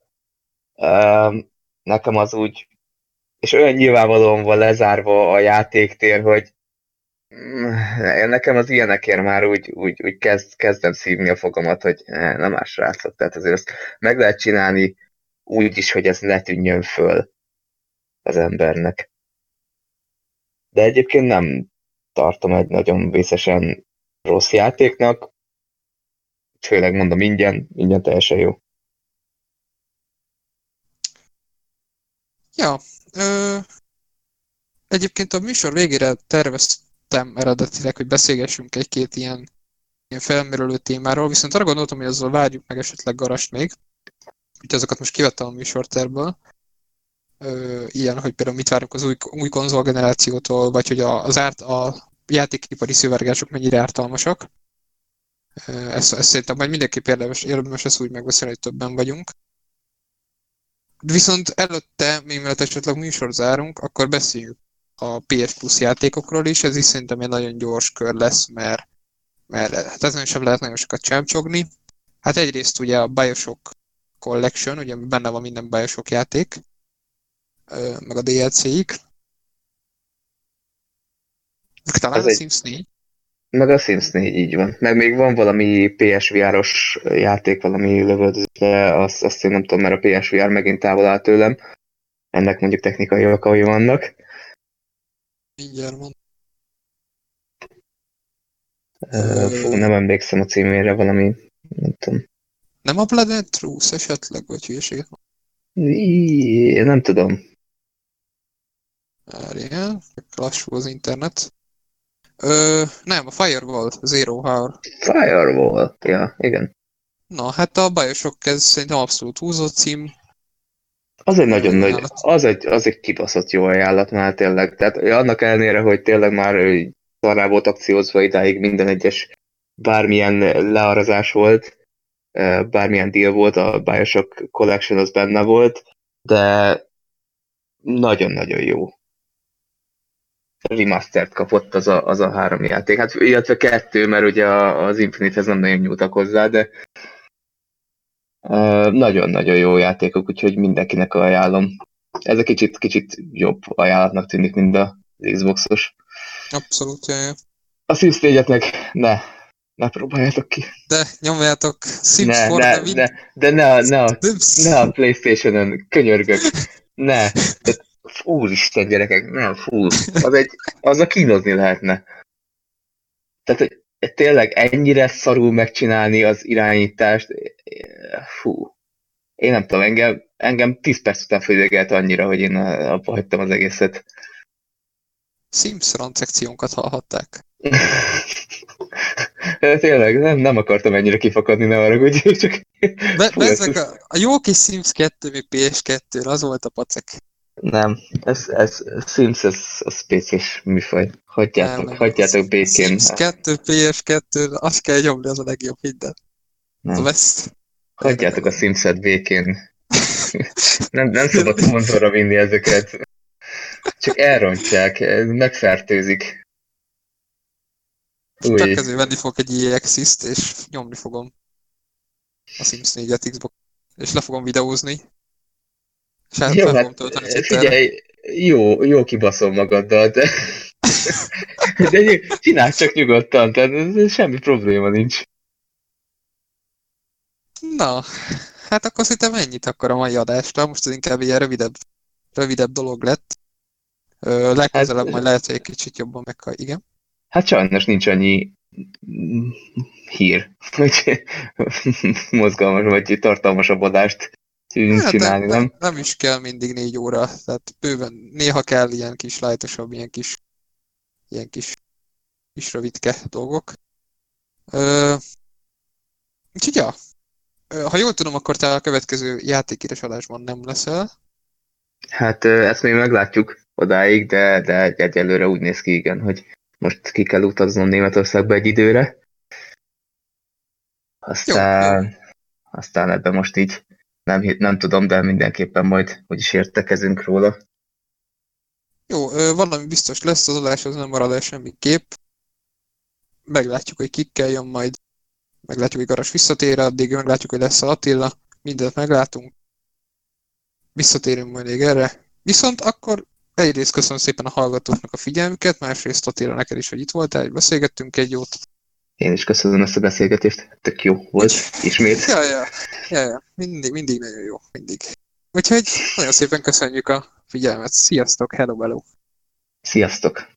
Nekem az úgy, és olyan nyilvánvalóan van lezárva a játéktér, hogy nekem az ilyenekért már úgy kezdem szívni a fogamat, hogy nem más srácok, tehát azért ezt meg lehet csinálni úgy is, hogy ez ne tűnjön föl az embernek. De egyébként nem tartom egy nagyon vészesen rossz játéknak, főleg mondom ingyen teljesen jó. Ja, egyébként a műsor végére terveztem eredetileg, hogy beszélgessünk egy-két ilyen felmerülő témáról, viszont arra gondoltam, hogy azzal várjuk meg esetleg Garast még, úgyhogy azokat most kivettem a műsortervből. Ilyen, hogy például mit várunk az új konzolgenerációtól, vagy hogy a játékipari szivárgások mennyire ártalmasak. Ezt szerintem majd mindenképp érdemes ezt úgy megbeszélni, hogy többen vagyunk. Viszont előtte, még mielőtt esetleg műsor zárunk, akkor beszéljünk a PS Plus játékokról is. Ez is szerintem egy nagyon gyors kör lesz, mert hát ezen sem lehet nagyon sokat csámcsogni. Hát egyrészt ugye a BioShock Collection, ugye benne van minden BioShock játék, meg a DLC-ik. Talán a Sims 4. Meg a Sims 4, így van. Meg még van valami PSVR-os játék, valami lövöldözve, azt én nem tudom, mert a PSVR megint távol áll tőlem. Ennek mondjuk technikai okai vannak. Mindjárt van. Nem emlékszem a címére, valami, nem tudom. Nem a Blood and Truth esetleg, vagy hülyeséget? Nem tudom. Várjál, lassú az internet. Nem, a Firewall, Zero Hour. Firewall, ja, igen. Na, hát a BioShock, ez szerintem abszolút húzott cím. Az egy nagyon nagy, az egy kibaszott jó ajánlat már tényleg. Tehát annak ellenére, hogy tényleg már szarrá volt akciózva idáig minden egyes bármilyen leárazás volt, bármilyen deal volt, a BioShock Collection az benne volt, de nagyon-nagyon jó. Remastert kapott az a 3 játék. Hát illetve 2, mert ugye az Infinite-hez nem nagyon nyúltak hozzá, de nagyon-nagyon jó játékok, úgyhogy mindenkinek ajánlom. Ez egy kicsit jobb ajánlatnak tűnik, mint az Xbox-os. Abszolút, jaj. A Sims 4-et meg ne próbáljátok ki. De nyomjátok Sims for the win. De ne a PlayStation-ön, könyörgök. Ne. úristen gyerekek, nem, fú, az a kínozni lehetne. Tehát, hogy tényleg ennyire szarul megcsinálni az irányítást, fú. Én nem tudom, engem 10 perc után fölidegelt annyira, hogy én abba hagytam az egészet. Sims transzekciónkat hallhatták. Tényleg, nem akartam ennyire kifakadni, ne haragudj, csak... Ezek a jó kis Sims 2, még PS2-n, az volt a pacek. Nem, ez Sims, ez PC-s műfaj. Hagyjátok békén. Sims 2, PS2, azt kell nyomni, az a legjobb, hidd el. Nem. A West. Hagyjátok a Simset békén. nem szabad konzolra vinni ezeket. Csak elrontják, megfertőzik. Csak ezért venni fogok egy EA Access-t, és nyomni fogom a Sims 4-et Xbox, és le fogom videózni. És hát jó, fogom tölteni figyelj, jó kibaszol magaddal, de csinálj csak nyugodtan, tehát semmi probléma nincs. Na, hát akkor szerintem ennyit akkor a mai adásra. Most ez inkább ilyen rövidebb dolog lett. Legközelebb majd lehet, hogy egy kicsit jobban igen. Hát sajnos nincs annyi hír, hogy mozgalmas vagy tartalmasabb adást tudjunk csinálni, nem? Nem is kell mindig 4 óra, tehát bőven néha kell ilyen kis lightosabb, ilyen kis rövidke dolgok. Úgyhogy ja, ha jól tudom, akkor te a következő játékíres adásban nem leszel. Hát ezt még meglátjuk odáig, de egyelőre úgy néz ki, igen, hogy most ki kell utaznom Németországba egy időre. Aztán ebben most így nem tudom, de mindenképpen majd úgyis értekezünk róla. Jó, valami biztos lesz, az adás az nem marad el semmiképp. Meglátjuk, hogy kikkel jön majd. Meglátjuk, hogy Garas visszatér, addig meglátjuk, hogy lesz a Attila. Mindent meglátunk. Visszatérünk majd még erre. Viszont akkor egyrészt köszönöm szépen a hallgatóknak a figyelmüket, másrészt Attila neked is, hogy itt voltál, hogy beszélgettünk egy jót. Én is köszönöm ezt a beszélgetést, tök jó volt, ismét. Ja, mindig nagyon jó, mindig. Úgyhogy nagyon szépen köszönjük a figyelmet. Sziasztok, hello. Sziasztok!